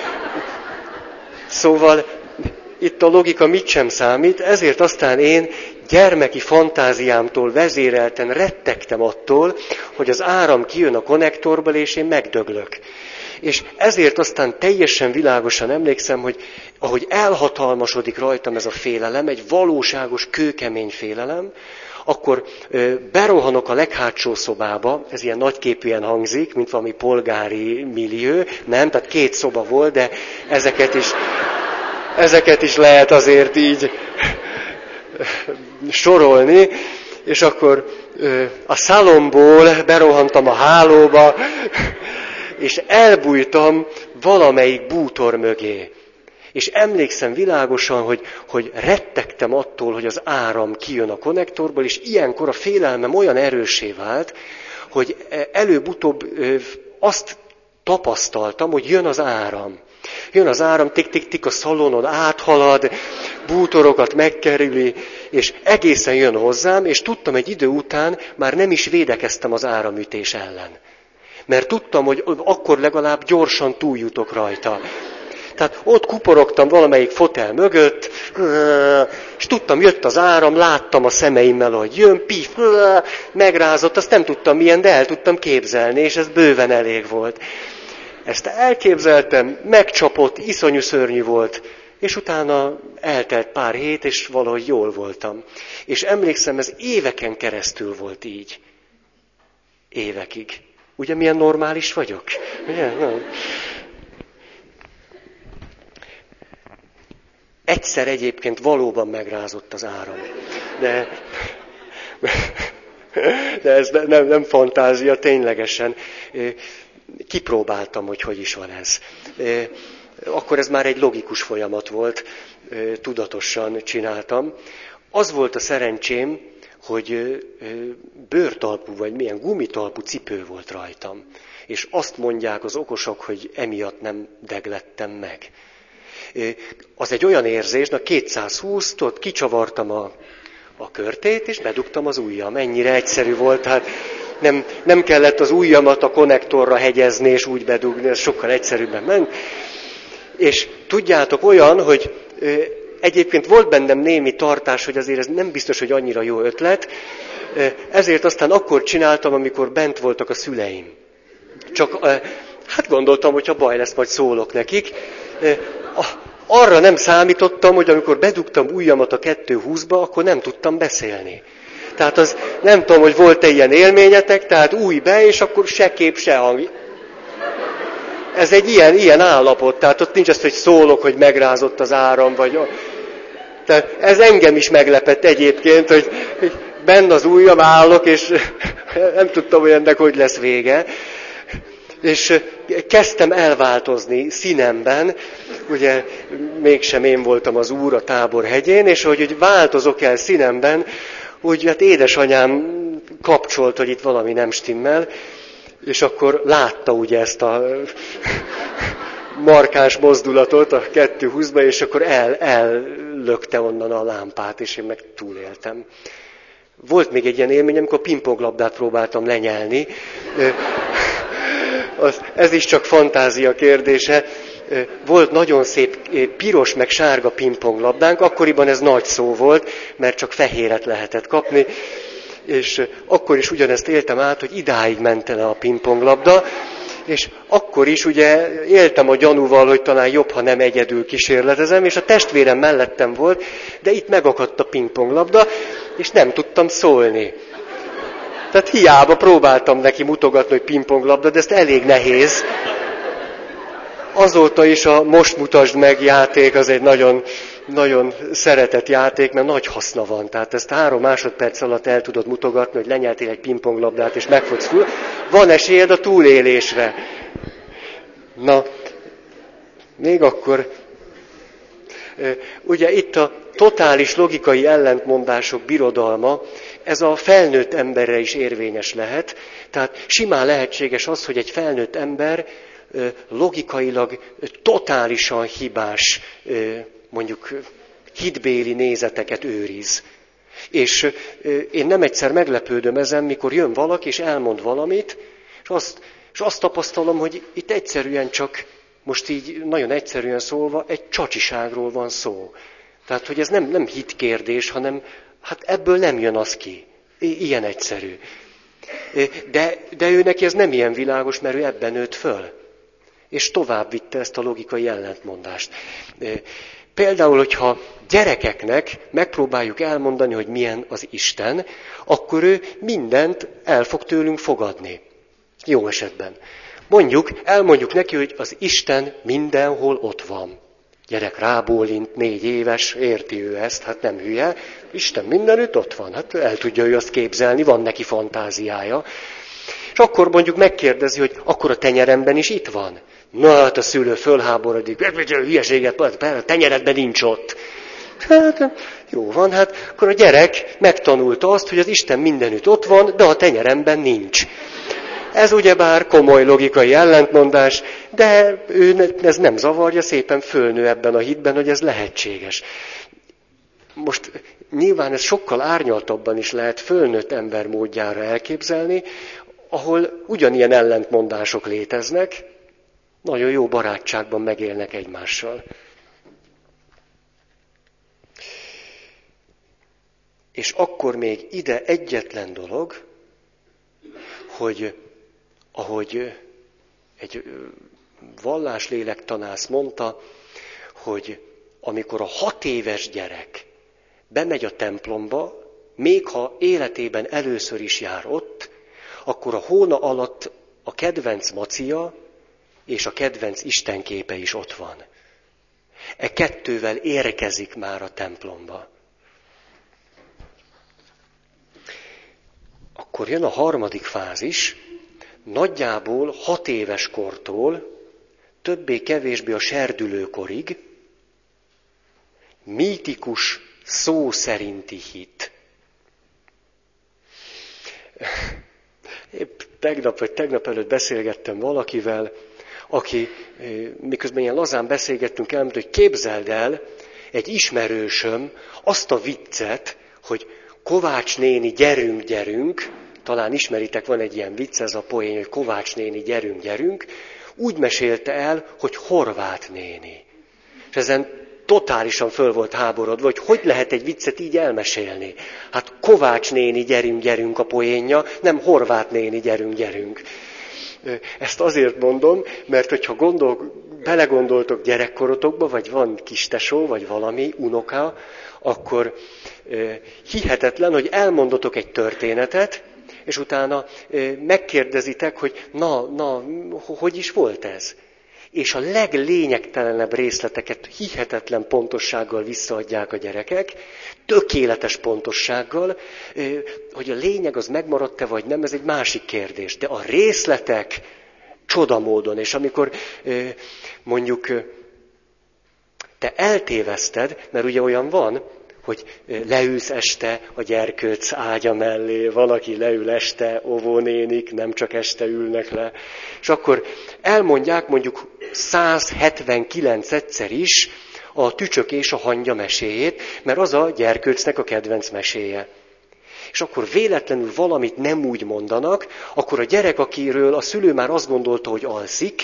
Szóval itt a logika mit sem számít, ezért aztán én gyermeki fantáziámtól vezérelten rettegtem attól, hogy az áram kijön a konnektorból, és én megdöglök. És ezért aztán teljesen világosan emlékszem, hogy ahogy elhatalmasodik rajtam ez a félelem, egy valóságos, kőkemény félelem, akkor berohanok a leghátsó szobába, ez ilyen nagyképűen hangzik, mint valami polgári millió, nem, tehát 2 szoba volt, de ezeket is lehet azért így sorolni, és akkor a szalomból berohantam a hálóba, és elbújtam valamelyik bútor mögé. És emlékszem világosan, hogy rettegtem attól, hogy az áram kijön a konnektorból, és ilyenkor a félelmem olyan erőssé vált, hogy előbb-utóbb azt tapasztaltam, hogy jön az áram. Jön az áram, tik-tik-tik a szalonon áthalad, bútorokat megkerüli, és egészen jön hozzám, és tudtam, egy idő után már nem is védekeztem az áramütés ellen. Mert tudtam, hogy akkor legalább gyorsan túljutok rajta. Tehát ott kuporogtam valamelyik fotel mögött, és tudtam, jött az áram, láttam a szemeimmel, hogy jön, pif, megrázott, azt nem tudtam milyen, de el tudtam képzelni, és ez bőven elég volt. Ezt elképzeltem, megcsapott, iszonyú szörnyű volt, és utána eltelt pár hét, és valahogy jól voltam. És emlékszem, ez éveken keresztül volt így. Évekig. Ugye milyen normális vagyok? Ugye? Nem. Egyszer egyébként valóban megrázott az áram. De ez nem fantázia, ténylegesen. Kipróbáltam, hogy is van ez. Akkor ez már egy logikus folyamat volt, tudatosan csináltam. Az volt a szerencsém, hogy bőrtalpú, vagy milyen gumitalpú cipő volt rajtam. És azt mondják az okosok, hogy emiatt nem deglettem meg. Az egy olyan érzés, na 220-tot kicsavartam a körtét, és bedugtam az ujjam. Ennyire egyszerű volt, hát nem kellett az ujjamat a konnektorra hegyezni és úgy bedugni, ez sokkal egyszerűbben ment. És tudjátok, olyan, hogy egyébként volt bennem némi tartás, hogy azért ez nem biztos, hogy annyira jó ötlet, ezért aztán akkor csináltam, amikor bent voltak a szüleim. Csak hát gondoltam, hogyha baj lesz, majd szólok nekik. Arra nem számítottam, hogy amikor bedugtam ujjamat a 220-ba, akkor nem tudtam beszélni. Tehát az, nem tudom, hogy volt-e ilyen élményetek, tehát új be, és akkor se kép, se hang. Ez egy ilyen állapot, tehát ott nincs az, hogy szólok, hogy megrázott az áram, vagy... Tehát ez engem is meglepett egyébként, hogy benn az ujjam állok, és nem tudtam, hogy ennek hogy lesz vége. És kezdtem elváltozni színemben, ugye mégsem én voltam az úr a Táborhegyén, és hogy változok el színemben, úgy hát édesanyám kapcsolt, hogy itt valami nem stimmel, és akkor látta ugye ezt a markáns mozdulatot a 220-ba, és akkor ellökte onnan a lámpát, és én meg túléltem. Volt még egy ilyen élményem, amikor pingponglabdát próbáltam lenyelni. Ez is csak fantázia kérdése. Volt nagyon szép piros meg sárga pingponglabdánk, akkoriban ez nagy szó volt, mert csak fehéret lehetett kapni, és akkor is ugyanezt éltem át, hogy idáig ment el a pingponglabda, és akkor is ugye éltem a gyanúval, hogy talán jobb, ha nem egyedül kísérletezem, és a testvérem mellettem volt, de itt megakadt a pingponglabda, és nem tudtam szólni. Tehát hiába próbáltam neki mutogatni, hogy pingponglabda, de ezt elég nehéz. Azóta is a Most mutasd meg játék az egy nagyon, nagyon szeretett játék, mert nagy haszna van. Tehát ezt 3 másodperc alatt el tudod mutogatni, hogy lenyeltél egy pingponglabdát, és megfogsz túl. Van esélyed a túlélésre. Na, még akkor... Ugye itt a totális logikai ellentmondások birodalma, ez a felnőtt emberre is érvényes lehet. Tehát simán lehetséges az, hogy egy felnőtt ember logikailag totálisan hibás, mondjuk hitbéli nézeteket őriz. És én nem egyszer meglepődöm ezen, mikor jön valaki, és elmond valamit, és azt tapasztalom, hogy itt egyszerűen csak, most így nagyon egyszerűen szólva, egy csacsiságról van szó. Tehát, hogy ez nem hitkérdés, hanem hát ebből nem jön az ki. Ilyen egyszerű. De ő neki ez nem ilyen világos, mert ő ebben nőtt föl. És tovább vitte ezt a logikai ellentmondást. Például, hogyha gyerekeknek megpróbáljuk elmondani, hogy milyen az Isten, akkor ő mindent el fog tőlünk fogadni. Jó esetben. Elmondjuk neki, hogy az Isten mindenhol ott van. Gyerek rábólint, 4 éves, érti ő ezt, hát nem hülye. Isten mindenütt ott van, hát el tudja ő azt képzelni, van neki fantáziája. És akkor mondjuk megkérdezi, hogy akkor a tenyeremben is itt van. Na hát a szülő fölháborodik, hülyeséget, a tenyeredben nincs ott. Hát jó van, hát akkor a gyerek megtanulta azt, hogy az Isten mindenütt ott van, de a tenyeremben nincs. Ez ugyebár komoly logikai ellentmondás, de ő ez nem zavarja, szépen fölnő ebben a hitben, hogy ez lehetséges. Most nyilván ez sokkal árnyaltabban is lehet fölnőtt ember módjára elképzelni, ahol ugyanilyen ellentmondások léteznek, nagyon jó barátságban megélnek egymással. És akkor még ide egyetlen dolog, hogy ahogy egy valláslélektanász mondta, hogy amikor a 6 éves gyerek bemegy a templomba, még ha életében először is jár ott, akkor a hóna alatt a kedvenc macia és a kedvenc istenképe is ott van. E 2-vel érkezik már a templomba. Akkor jön a 3. fázis, nagyjából 6 éves kortól, többé-kevésbé a serdülőkorig, mítikus szó szerinti hit. Épp tegnap előtt beszélgettem valakivel, aki, miközben ilyen lazán beszélgettünk, elmondta, hogy képzeld el, egy ismerősöm azt a viccet, hogy Kovács néni, gyerünk, talán ismeritek, van egy ilyen vicc, ez a poén, hogy Kovács néni, gyerünk, gyerünk, úgy mesélte el, hogy Horváth néni. És ezen totálisan föl volt háborodva, hogy lehet egy viccet így elmesélni. Hát Kovács néni, gyerünk, gyerünk a poénja, nem Horváth néni, gyerünk, gyerünk. Ezt azért mondom, mert hogyha belegondoltok gyerekkorotokba, vagy van kistesó, vagy valami, unoka, akkor hihetetlen, hogy elmondotok egy történetet, és utána megkérdezitek, hogy na, hogy is volt ez? És a leglényegtelenebb részleteket hihetetlen pontossággal visszaadják a gyerekek, tökéletes pontossággal, hogy a lényeg az megmaradt-e vagy nem, ez egy másik kérdés. De a részletek csodamódon, és amikor mondjuk te eltéveszted, mert ugye olyan van, hogy leülsz este a gyerkőc ágya mellé, valaki leül este, óvónénik, nem csak este ülnek le, és akkor elmondják mondjuk 179 egyszer is a Tücsök és a hangya meséjét, mert az a gyerkőcnek a kedvenc meséje. És akkor véletlenül valamit nem úgy mondanak, akkor a gyerek, akiről a szülő már azt gondolta, hogy alszik,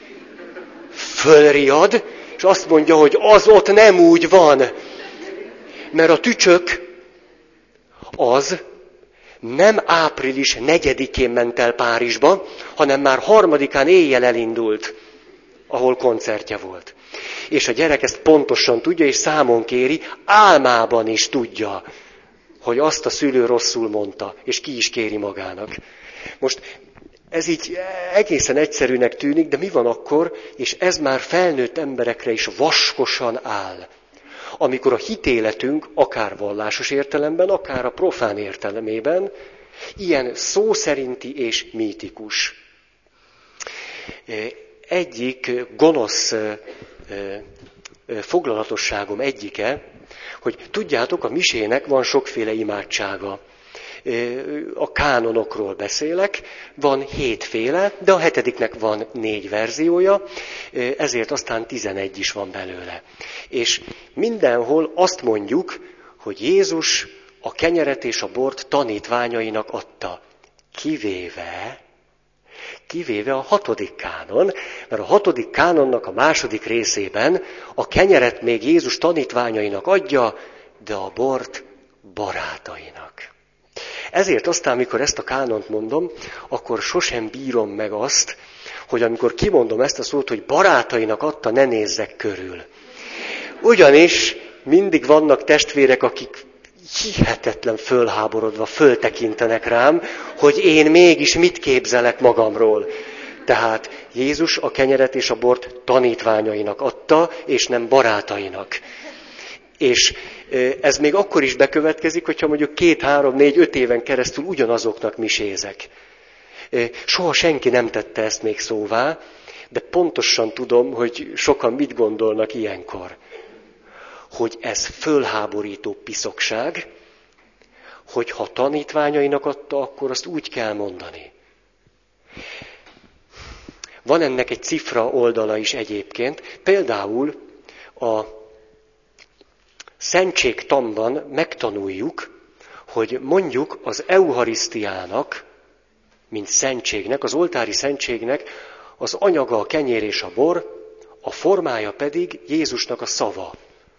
fölriad, és azt mondja, hogy az ott nem úgy van. Mert a tücsök az nem április 4-én ment el Párizsba, hanem már 3-án éjjel elindult, ahol koncertje volt. És a gyerek ezt pontosan tudja, és számon kéri, álmában is tudja, hogy azt a szülő rosszul mondta, és ki is kéri magának. Most ez így egészen egyszerűnek tűnik, de mi van akkor, és ez már felnőtt emberekre is vaskosan áll. Amikor a hitéletünk, akár vallásos értelemben, akár a profán értelemében, ilyen szó szerinti és mítikus. Egyik gonosz foglalatosságom egyike, hogy tudjátok, a misének van sokféle imádsága. A kánonokról beszélek, van 7 féle, de a 7. van 4 verziója, ezért aztán 11 is van belőle. És mindenhol azt mondjuk, hogy Jézus a kenyeret és a bort tanítványainak adta, kivéve a 6. kánon, mert a 6. kánonnak a 2. részében a kenyeret még Jézus tanítványainak adja, de a bort barátainak. Ezért aztán, amikor ezt a kánont mondom, akkor sosem bírom meg azt, hogy amikor kimondom ezt a szót, hogy barátainak adta, ne nézzek körül. Ugyanis mindig vannak testvérek, akik hihetetlen fölháborodva föltekintenek rám, hogy én mégis mit képzelek magamról. Tehát Jézus a kenyeret és a bort tanítványainak adta, és nem barátainak. És ez még akkor is bekövetkezik, hogyha mondjuk 2, 3, 4, 5 éven keresztül ugyanazoknak misézek. Soha senki nem tette ezt még szóvá, de pontosan tudom, hogy sokan mit gondolnak ilyenkor. Hogy ez fölháborító piszokság, hogy ha tanítványainak adta, akkor azt úgy kell mondani. Van ennek egy cifra oldala is egyébként. Például a szentségtanban megtanuljuk, hogy mondjuk az eucharisztiának, mint szentségnek, az oltári szentségnek az anyaga a kenyér és a bor, a formája pedig Jézusnak a szava.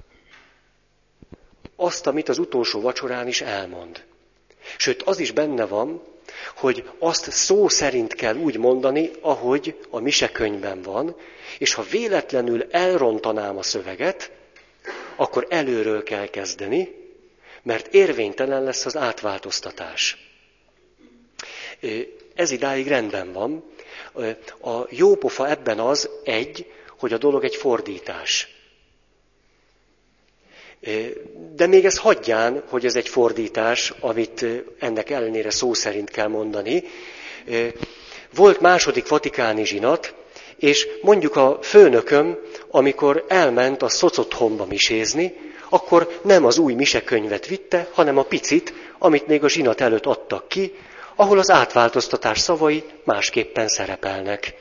Azt, amit az utolsó vacsorán is elmond. Sőt, az is benne van, hogy azt szó szerint kell úgy mondani, ahogy a misekönyvben van, és ha véletlenül elrontanám a szöveget, akkor előről kell kezdeni, mert érvénytelen lesz az átváltoztatás. Ez idáig rendben van. A jó pofa ebben az hogy a dolog egy fordítás. De még ez hagyján, hogy ez egy fordítás, amit ennek ellenére szó szerint kell mondani. Volt 2. vatikáni zsinat, és mondjuk a főnököm, amikor elment a szocotthonba misézni, akkor nem az új misekönyvet vitte, hanem a picit, amit még a zsinat előtt adtak ki, ahol az átváltoztatás szavai másképpen szerepelnek.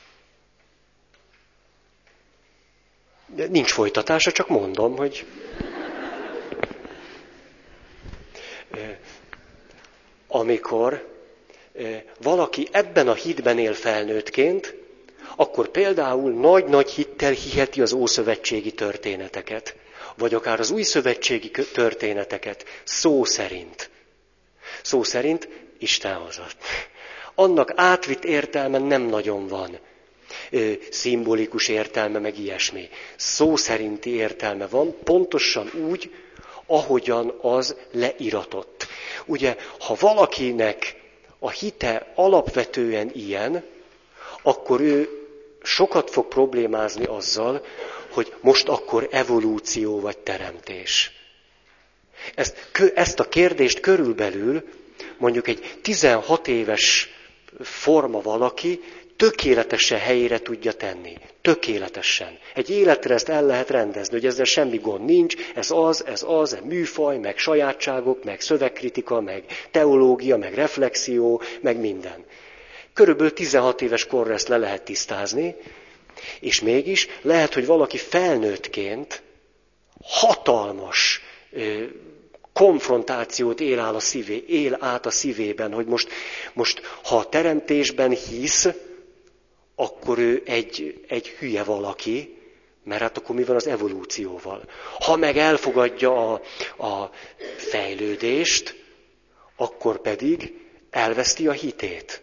De nincs folytatása, csak mondom, hogy... Amikor valaki ebben a hitben él felnőttként, akkor például nagy-nagy hittel hiheti az ószövetségi történeteket, vagy akár az újszövetségi történeteket, szó szerint. Szó szerint Isten hozott. Annak átvitt értelme nem nagyon van. Szimbolikus értelme, meg ilyesmi. Szó szerinti értelme van, pontosan úgy, ahogyan az leiratott. Ugye, ha valakinek a hite alapvetően ilyen, akkor ő sokat fog problémázni azzal, hogy most akkor evolúció vagy teremtés. Ezt a kérdést körülbelül mondjuk egy 16 éves forma valaki tökéletesen helyére tudja tenni. Tökéletesen. Egy életre ezt el lehet rendezni, hogy ezzel semmi gond nincs, ez műfaj, meg sajátságok, meg szövegkritika, meg teológia, meg reflexió, meg minden. Körülbelül 16 éves korra ezt le lehet tisztázni, és mégis lehet, hogy valaki felnőttként hatalmas konfrontációt él át a szívében, hogy most ha a teremtésben hisz, akkor ő egy hülye valaki, mert hát akkor mi van az evolúcióval. Ha meg elfogadja a fejlődést, akkor pedig elveszti a hitét.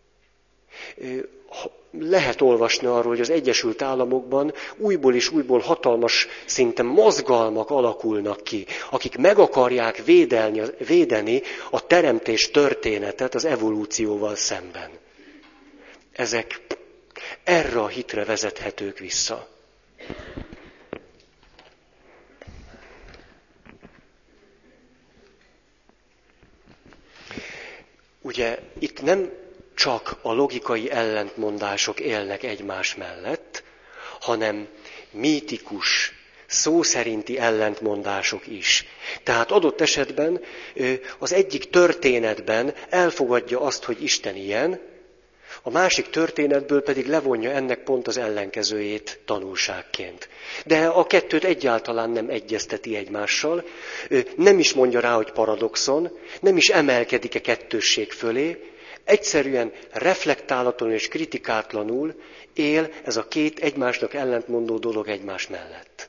Lehet olvasni arról, hogy az Egyesült Államokban újból és újból hatalmas szinten mozgalmak alakulnak ki, akik meg akarják védeni a teremtés történetet az evolúcióval szemben. Ezek erre a hitre vezethetők vissza. Ugye itt nem csak a logikai ellentmondások élnek egymás mellett, hanem mítikus, szó szerinti ellentmondások is. Tehát adott esetben az egyik történetben elfogadja azt, hogy Isten ilyen, a másik történetből pedig levonja ennek pont az ellenkezőjét tanulságként. De a kettőt egyáltalán nem egyezteti egymással, nem is mondja rá, hogy paradoxon, nem is emelkedik-e kettősség fölé, egyszerűen reflektálatlanul és kritikátlanul él ez a két egymásnak ellentmondó dolog egymás mellett.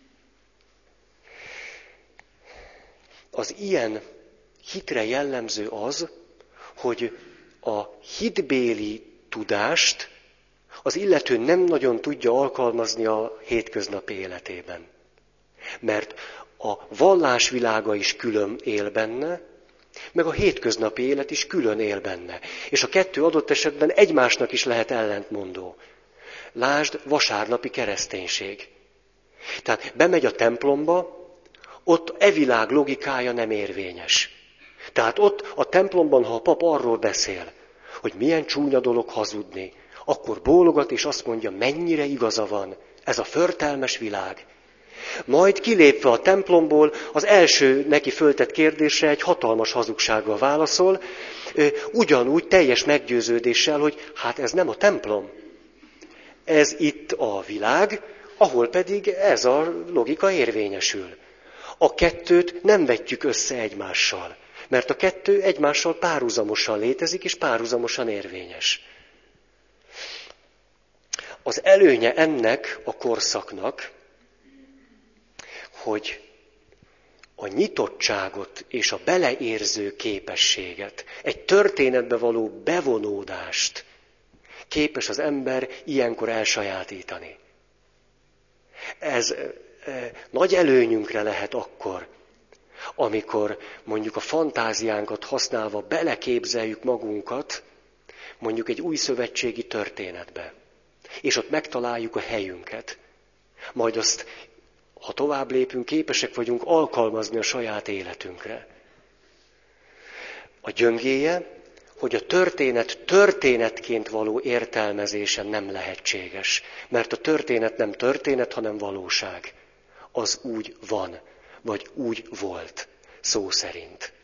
Az ilyen hitre jellemző az, hogy a hitbéli tudást az illető nem nagyon tudja alkalmazni a hétköznapi életében. Mert a vallásvilága is külön él benne, meg a hétköznapi élet is külön él benne. És a kettő adott esetben egymásnak is lehet ellentmondó. Lásd, vasárnapi kereszténység. Tehát bemegy a templomba, ott e világ logikája nem érvényes. Tehát ott a templomban, ha a pap arról beszél, hogy milyen csúnya dolog hazudni, akkor bólogat és azt mondja, mennyire igaza van, ez a förtelmes világ. Majd kilépve a templomból az első neki föltett kérdésre egy hatalmas hazugsággal válaszol, ugyanúgy teljes meggyőződéssel, hogy hát ez nem a templom. Ez itt a világ, ahol pedig ez a logika érvényesül. A kettőt nem vetjük össze egymással, mert a kettő egymással párhuzamosan létezik és párhuzamosan érvényes. Az előnye ennek a korszaknak, hogy a nyitottságot és a beleérző képességet, egy történetbe való bevonódást képes az ember ilyenkor elsajátítani. Ez nagy előnyünkre lehet akkor, amikor mondjuk a fantáziánkat használva beleképzeljük magunkat mondjuk egy újszövetségi történetbe, és ott megtaláljuk a helyünket. Majd azt, ha tovább lépünk, képesek vagyunk alkalmazni a saját életünkre. A gyöngéje, hogy a történet történetként való értelmezése nem lehetséges, mert a történet nem történet, hanem valóság. Az úgy van, vagy úgy volt, szó szerint.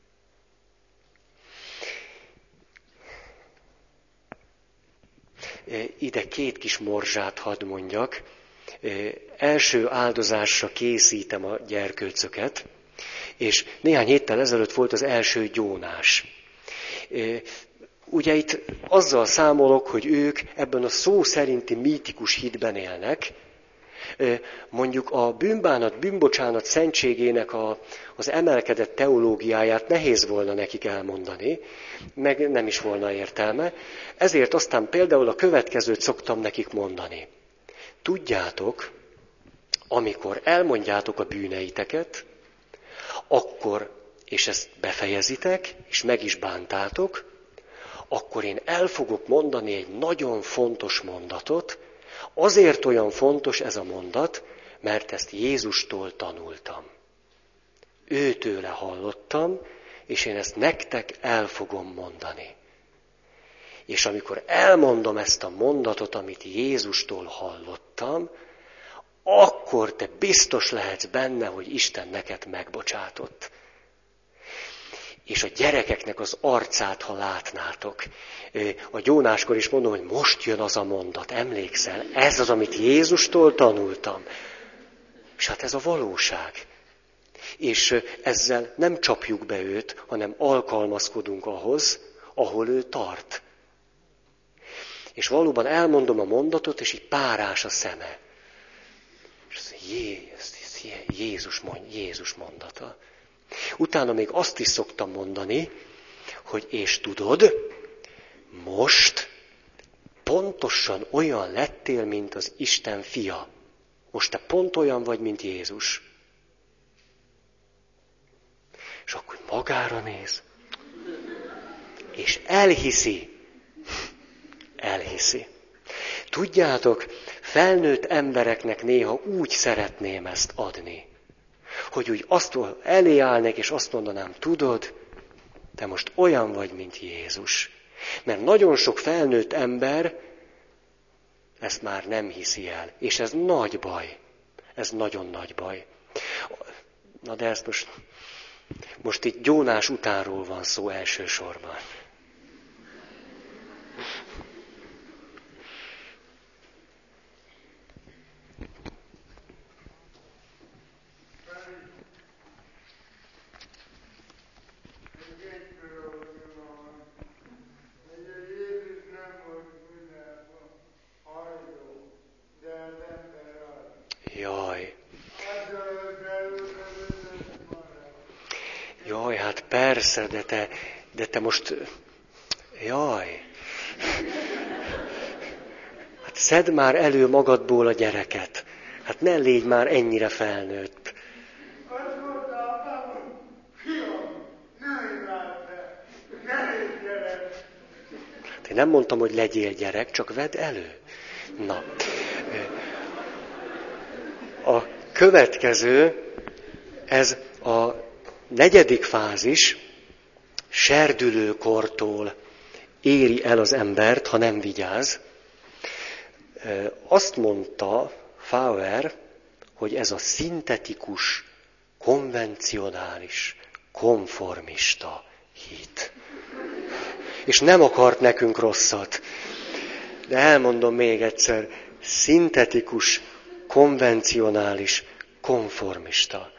Ide két kis morzsát hadd mondjak. Első áldozásra készítem a gyerkőcöket, és néhány héttel ezelőtt volt az első gyónás. ugye itt azzal számolok, hogy ők ebben a szó szerinti mítikus hitben élnek. Mondjuk a bűnbánat, bűnbocsánat szentségének az emelkedett teológiáját nehéz volna nekik elmondani, meg nem is volna értelme. Ezért aztán például a következőt szoktam nekik mondani. Tudjátok, amikor elmondjátok a bűneiteket, akkor, és ezt befejezitek, és meg is bántátok, akkor én el fogok mondani egy nagyon fontos mondatot. Azért olyan fontos ez a mondat, mert ezt Jézustól tanultam. Őtőle hallottam, és én ezt nektek el fogom mondani. És amikor elmondom ezt a mondatot, amit Jézustól hallottam, akkor te biztos lehetsz benne, hogy Isten neked megbocsátott. És a gyerekeknek az arcát, ha látnátok. A gyónáskor is mondom, hogy most jön az a mondat, emlékszel? Ez az, amit Jézustól tanultam. És hát ez a valóság. És ezzel nem csapjuk be őt, hanem alkalmazkodunk ahhoz, ahol ő tart. És valóban elmondom a mondatot, és így párás a szeme. És Jézus mondata. Utána még azt is szoktam mondani, hogy és tudod, most pontosan olyan lettél, mint az Isten fia. Most te pont olyan vagy, mint Jézus. És akkor magára néz, és elhiszi. Elhiszi. Tudjátok, felnőtt embereknek néha úgy szeretném ezt adni, hogy úgy azt elé állnék, és azt mondanám, tudod, te most olyan vagy, mint Jézus. Mert nagyon sok felnőtt ember ezt már nem hiszi el. És ez nagy baj. Ez nagyon nagy baj. Na de ezt most itt gyónás utánról van szó elsősorban. Jaj, hát persze, de te most... Jaj! Hát szedd már elő magadból a gyereket. Hát ne légy már ennyire felnőtt. Én nem mondtam, hogy legyél gyerek, csak vedd elő. Na. A következő, ez a 4. fázis, serdülőkortól éri el az embert, ha nem vigyáz. Azt mondta Fauer, hogy ez a szintetikus, konvencionális, konformista hit. És nem akart nekünk rosszat. De elmondom még egyszer, szintetikus, konvencionális, konformista.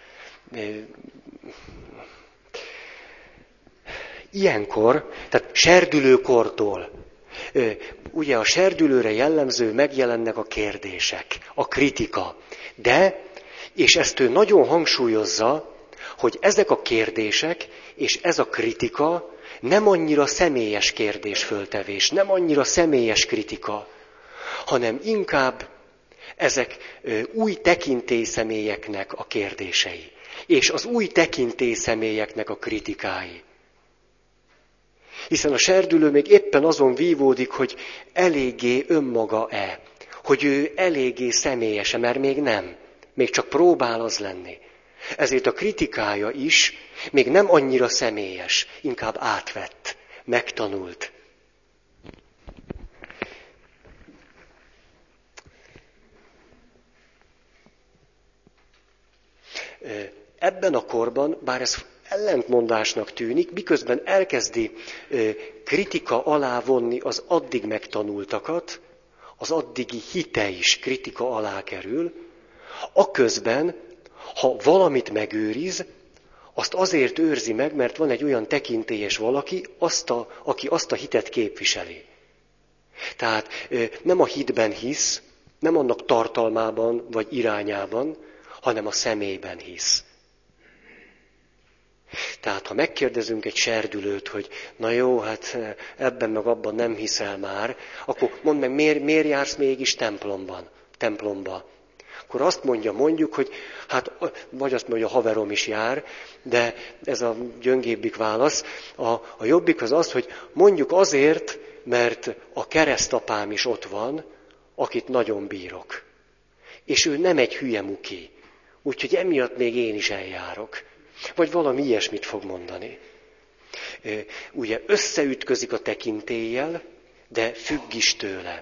Ilyenkor, tehát serdülőkortól, ugye a serdülőre jellemző megjelennek a kérdések, a kritika. De, és ezt ő nagyon hangsúlyozza, hogy ezek a kérdések és ez a kritika nem annyira személyes kérdésföltevés, nem annyira személyes kritika, hanem inkább ezek új tekintélyszemélyeknek a kérdései, és az új tekintélyszemélyeknek a kritikái. Hiszen a serdülő még éppen azon vívódik, hogy eléggé önmaga-e, hogy ő eléggé személyes-e, mert még nem, még csak próbál az lenni. Ezért a kritikája is még nem annyira személyes, inkább átvett, megtanult. Ebben a korban, bár ez ellentmondásnak tűnik, miközben elkezdi kritika alá vonni az addig megtanultakat, az addigi hite is kritika alá kerül, aközben, ha valamit megőriz, azt azért őrzi meg, mert van egy olyan tekintélyes valaki, aki azt a hitet képviseli. Tehát nem a hitben hisz, nem annak tartalmában vagy irányában, hanem a személyben hisz. Tehát ha megkérdezünk egy serdülőt, hogy na jó, hát ebben meg abban nem hiszel már, akkor mondd meg, miért jársz mégis templomba? Akkor azt mondjuk, hogy hát, vagy azt mondja, a haverom is jár, de ez a gyöngébbik válasz. A jobbik az, hogy mondjuk azért, mert a keresztapám is ott van, akit nagyon bírok. És ő nem egy hülye muki, úgyhogy emiatt még én is eljárok. Vagy valami ilyesmit fog mondani. Ugye összeütközik a tekintéllyel, de függ is tőle.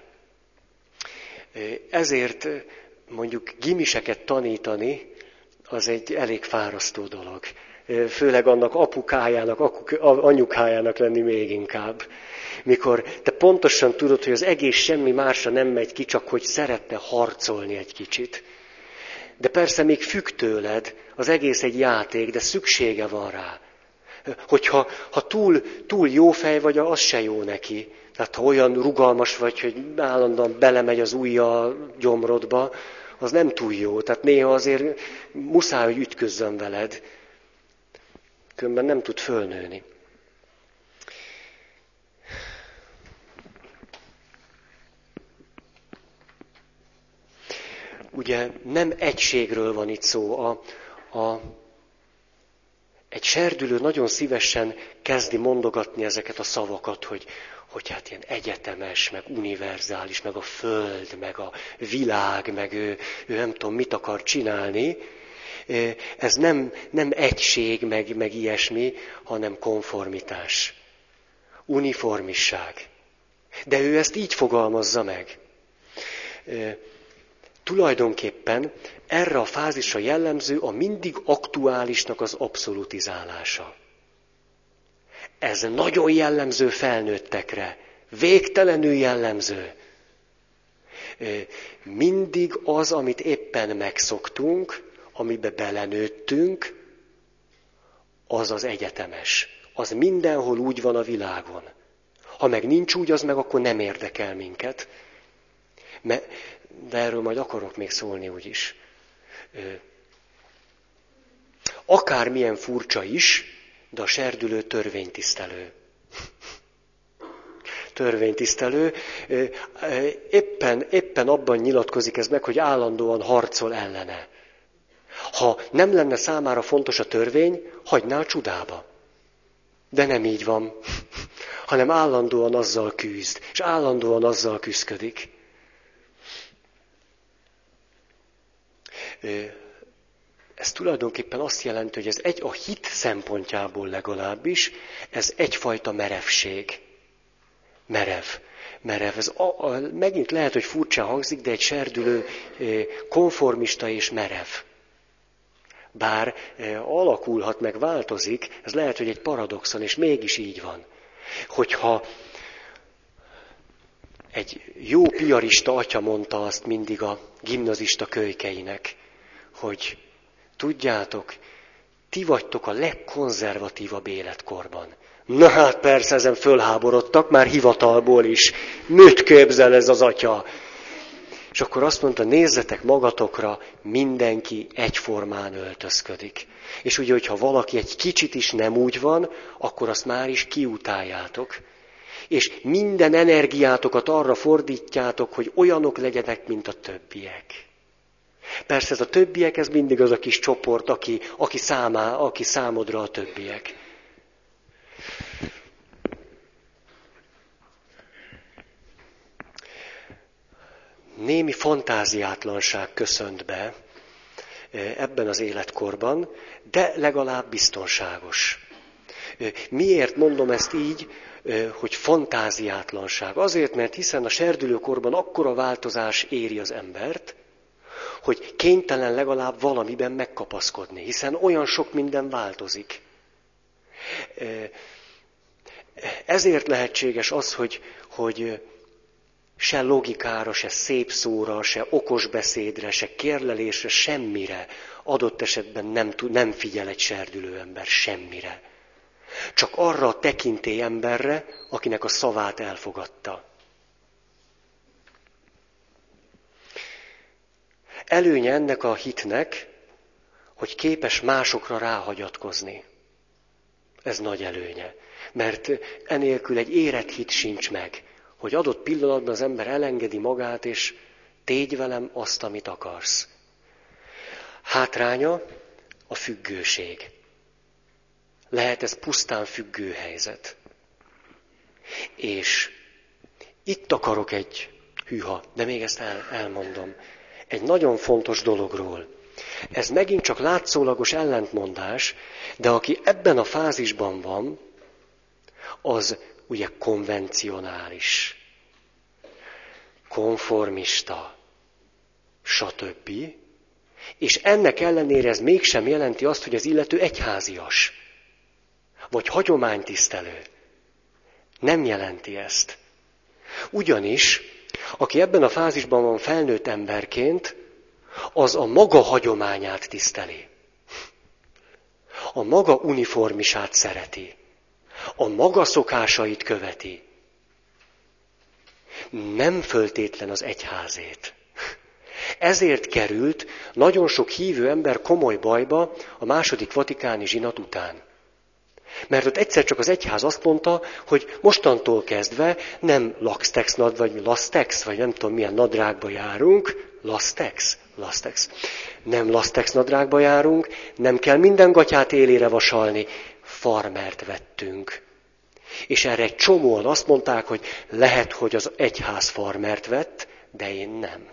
Ezért mondjuk gimiseket tanítani, az egy elég fárasztó dolog. Főleg annak apukájának, anyukájának lenni még inkább. Mikor te pontosan tudod, hogy az egész semmi másra nem megy ki, csak hogy szeretne harcolni egy kicsit. De persze még függ tőled, az egész egy játék, de szüksége van rá. Hogyha túl jó fej vagy, az se jó neki. Tehát ha olyan rugalmas vagy, hogy állandóan belemegy az ujja a gyomrodba, az nem túl jó. Tehát néha azért muszáj, hogy ütközzön veled. Különben nem tud fölnőni. Ugye nem egységről van itt szó. Egy serdülő nagyon szívesen kezdi mondogatni ezeket a szavakat, hogy hát ilyen egyetemes, meg univerzális, meg a föld, meg a világ, meg ő nem tudom, mit akar csinálni. Ez nem egység, meg ilyesmi, hanem konformitás. Uniformisság. De ő ezt így fogalmazza meg. Tulajdonképpen erre a fázisra jellemző a mindig aktuálisnak az abszolutizálása. Ez nagyon jellemző felnőttekre, végtelenül jellemző. Mindig az, amit éppen megszoktunk, amiben belenőttünk, az az egyetemes. Az mindenhol úgy van a világon. Ha meg nincs úgy, az meg akkor nem érdekel minket. De erről majd akarok még szólni úgyis. Akármilyen furcsa is, de a serdülő törvénytisztelő. Törvénytisztelő. Éppen abban nyilatkozik ez meg, hogy állandóan harcol ellene. Ha nem lenne számára fontos a törvény, hagyná a csudába. De nem így van, hanem állandóan azzal küzd, és állandóan azzal küszködik. Ez tulajdonképpen azt jelenti, hogy ez a hit szempontjából legalábbis, ez egyfajta merevség. Merev. Ez megint lehet, hogy furcsán hangzik, de egy serdülő konformista és merev. Bár alakulhat, meg változik, ez lehet, hogy egy paradoxon, és mégis így van. Hogyha egy jó piarista atya mondta azt mindig a gimnazista kölykeinek, hogy tudjátok, ti vagytok a legkonzervatívabb életkorban. Na hát persze, ezen fölháborodtak, már hivatalból is. Mit képzel ez az atya? És akkor azt mondta, nézzetek magatokra, mindenki egyformán öltözködik. És ugye, hogyha valaki egy kicsit is nem úgy van, akkor azt már is kiutáljátok. És minden energiátokat arra fordítjátok, hogy olyanok legyenek, mint a többiek. Persze ez a többiek, ez mindig az a kis csoport, aki számodra a többiek. Némi fantáziátlanság köszönt be ebben az életkorban, de legalább biztonságos. Miért mondom ezt így, hogy fantáziátlanság? Azért, mert hiszen a serdülőkorban akkora változás éri az embert, hogy kénytelen legalább valamiben megkapaszkodni, hiszen olyan sok minden változik. Ezért lehetséges az, hogy se logikára, se szép szóra, se okos beszédre, se kérlelésre, semmire adott esetben nem figyel egy serdülő ember semmire. Csak arra a tekintély emberre, akinek a szavát elfogadta. Előnye ennek a hitnek, hogy képes másokra ráhagyatkozni. Ez nagy előnye. Mert enélkül egy érett hit sincs meg, hogy adott pillanatban az ember elengedi magát, és tégy velem azt, amit akarsz. Hátránya a függőség. Lehet ez pusztán függő helyzet. És itt akarok de még ezt elmondom, egy nagyon fontos dologról. Ez megint csak látszólagos ellentmondás, de aki ebben a fázisban van, az ugye konvencionális, konformista, stb. És ennek ellenére ez mégsem jelenti azt, hogy az illető egyházias, vagy hagyománytisztelő. Nem jelenti ezt. Ugyanis, aki ebben a fázisban van felnőtt emberként, az a maga hagyományát tiszteli. A maga uniformisát szereti. A maga szokásait követi. Nem föltétlen az egyházét. Ezért került nagyon sok hívő ember komoly bajba a II. Vatikáni zsinat után. Mert ott egyszer csak az egyház azt mondta, hogy mostantól kezdve nem laxtex vagy lastex, vagy nem tudom milyen nadrágba járunk, lastex. Nem lastex nadrágba járunk, nem kell minden gatyát élére vasalni, farmert vettünk. És erre egy csomóan azt mondták, hogy lehet, hogy az egyház farmert vett, de én nem.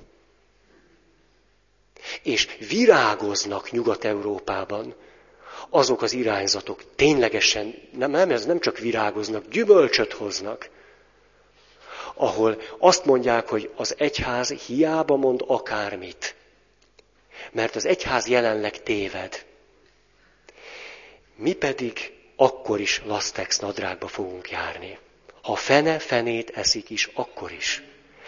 És virágoznak Nyugat-Európában azok az irányzatok, ténylegesen, ez nem csak virágoznak, gyümölcsöt hoznak, ahol azt mondják, hogy az egyház hiába mond akármit, mert az egyház jelenleg téved. Mi pedig akkor is lastex nadrágba fogunk járni. Ha fenét eszik is, akkor is.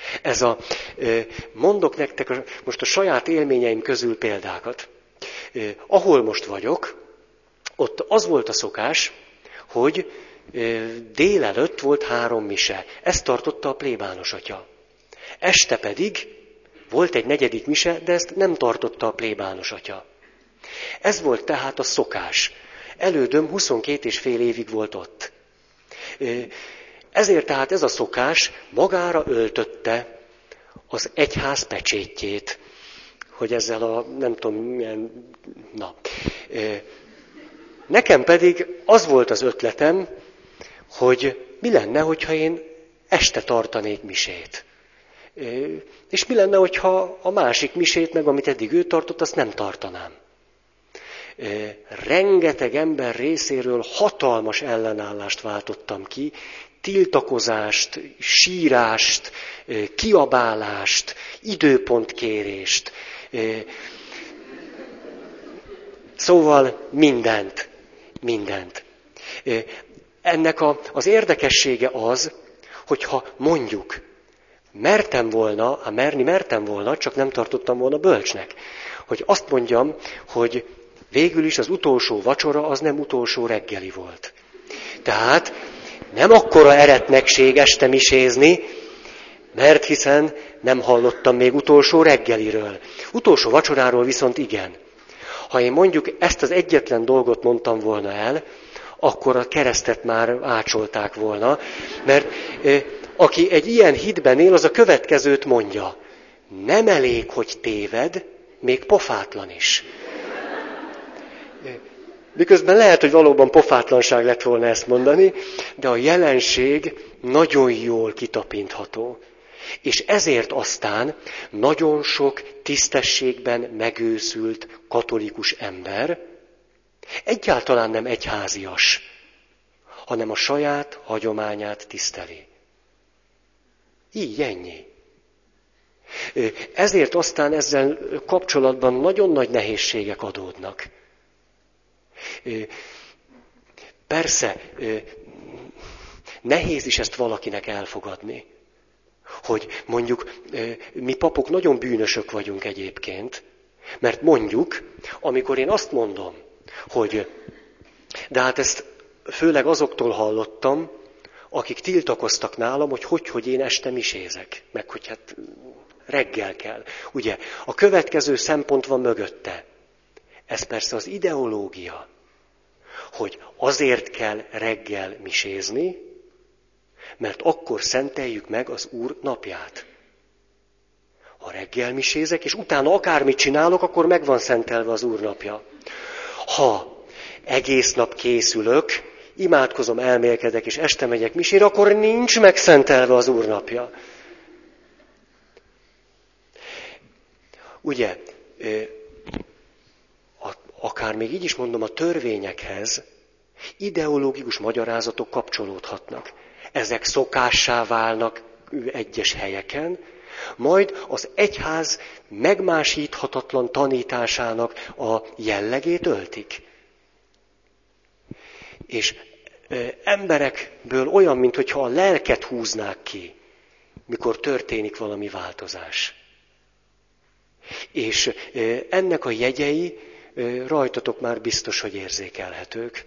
Mondok nektek most a saját élményeim közül példákat. Ahol most vagyok, ott az volt a szokás, hogy délelőtt volt 3 mise. Ezt tartotta a plébános atya. Este pedig volt egy 4. mise, de ezt nem tartotta a plébános atya. Ez volt tehát a szokás. Elődöm 22,5 évig volt ott. Ezért tehát ez a szokás magára öltötte az egyház pecsétjét, hogy ezzel a nem tudom milyen... Nekem pedig az volt az ötletem, hogy mi lenne, hogyha én este tartanék misét. És mi lenne, hogyha a másik misét, meg amit eddig ő tartott, azt nem tartanám. Rengeteg ember részéről hatalmas ellenállást váltottam ki, tiltakozást, sírást, kiabálást, időpontkérést. Szóval mindent. Ennek az érdekessége az, hogyha mondjuk, mertem volna, csak nem tartottam volna bölcsnek, hogy azt mondjam, hogy végül is az utolsó vacsora az nem utolsó reggeli volt. Tehát nem akkora eretnekség este misézni, mert hiszen nem hallottam még utolsó reggeliről. Utolsó vacsoráról viszont igen. Ha én mondjuk ezt az egyetlen dolgot mondtam volna el, akkor a keresztet már ácsolták volna, mert aki egy ilyen hitben él, az a következőt mondja. Nem elég, hogy téved, még pofátlan is. Miközben lehet, hogy valóban pofátlanság lett volna ezt mondani, de a jelenség nagyon jól kitapintható. És ezért aztán nagyon sok tisztességben megőszült katolikus ember egyáltalán nem egyházias, hanem a saját hagyományát tiszteli. Így ennyi. Ezért aztán ezzel kapcsolatban nagyon nagy nehézségek adódnak. Persze, nehéz is ezt valakinek elfogadni, hogy mondjuk mi papok nagyon bűnösök vagyunk egyébként, Mert mondjuk, amikor én azt mondom, hogy de hát ezt főleg azoktól hallottam, akik tiltakoztak nálam, hogy én este misézek, meg hogy hát reggel kell. Ugye, a következő szempont van mögötte. Ez persze az ideológia, hogy azért kell reggel misézni, mert akkor szenteljük meg az Úr napját. Ha reggel misézek, és utána akármit csinálok, akkor meg van szentelve az Úr napja. Ha egész nap készülök, imádkozom, elmélkedek, és este megyek misére, akkor nincs megszentelve az Úr napja. Ugye, akár még így is mondom, a törvényekhez ideológikus magyarázatok kapcsolódhatnak. Ezek szokássá válnak egyes helyeken, majd az egyház megmásíthatatlan tanításának a jellegét öltik. És emberekből olyan, mintha a lelket húznák ki, mikor történik valami változás. És ennek a jegyei rajtatok már biztos, hogy érzékelhetők.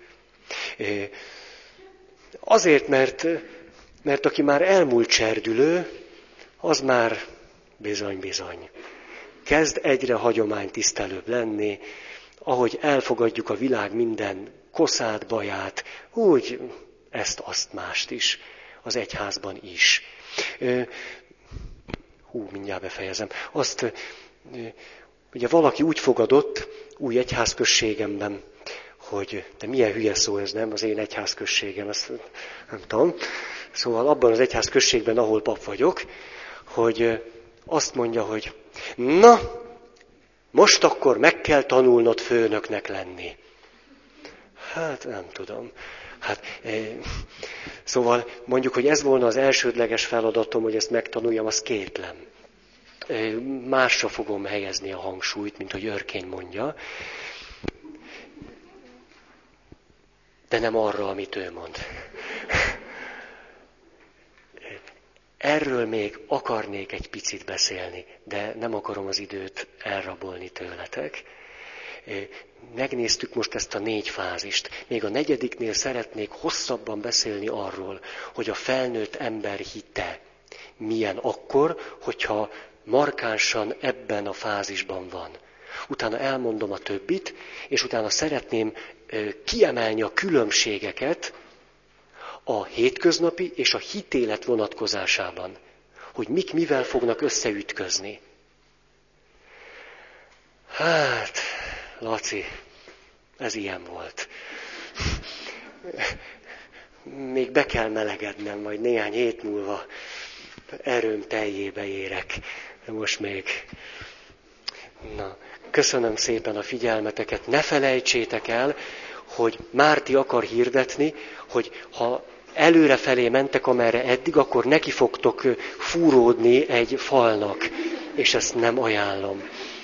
Azért, mert aki már elmúlt cserdülő, az már bizony. Kezd egyre hagyománytisztelőbb lenni, ahogy elfogadjuk a világ minden koszát, baját, úgy ezt-azt mást is, az egyházban is. Mindjárt befejezem. Ugye valaki úgy fogadott új egyházközségemben, hogy de milyen hülye szó ez, nem? Az én egyházközségem, ezt nem tudom. Szóval abban az egyházközségben, ahol pap vagyok, hogy azt mondja, hogy na, most akkor meg kell tanulnod főnöknek lenni. Hát nem tudom. Szóval mondjuk, hogy ez volna az elsődleges feladatom, hogy ezt megtanuljam, az kétlem. Másra fogom helyezni a hangsúlyt, mint hogy Örkény mondja. De nem arra, amit ő mond. Erről még akarnék egy picit beszélni, de nem akarom az időt elrabolni tőletek. Megnéztük most ezt a 4 fázist. Még a 4. szeretnék hosszabban beszélni arról, hogy a felnőtt ember hite milyen akkor, hogyha markánsan ebben a fázisban van. Utána elmondom a többit, és utána szeretném kiemelni a különbségeket a hétköznapi és a hitélet vonatkozásában, hogy mik mivel fognak összeütközni. Hát, Laci, ez ilyen volt. Még be kell melegednem, majd néhány hét múlva erőm teljébe érek. De most még... Na, köszönöm szépen a figyelmeteket. Ne felejtsétek el, hogy Márti akar hirdetni, hogy ha előrefelé mentek, amerre eddig, akkor neki fogtok fúródni egy falnak, és ezt nem ajánlom.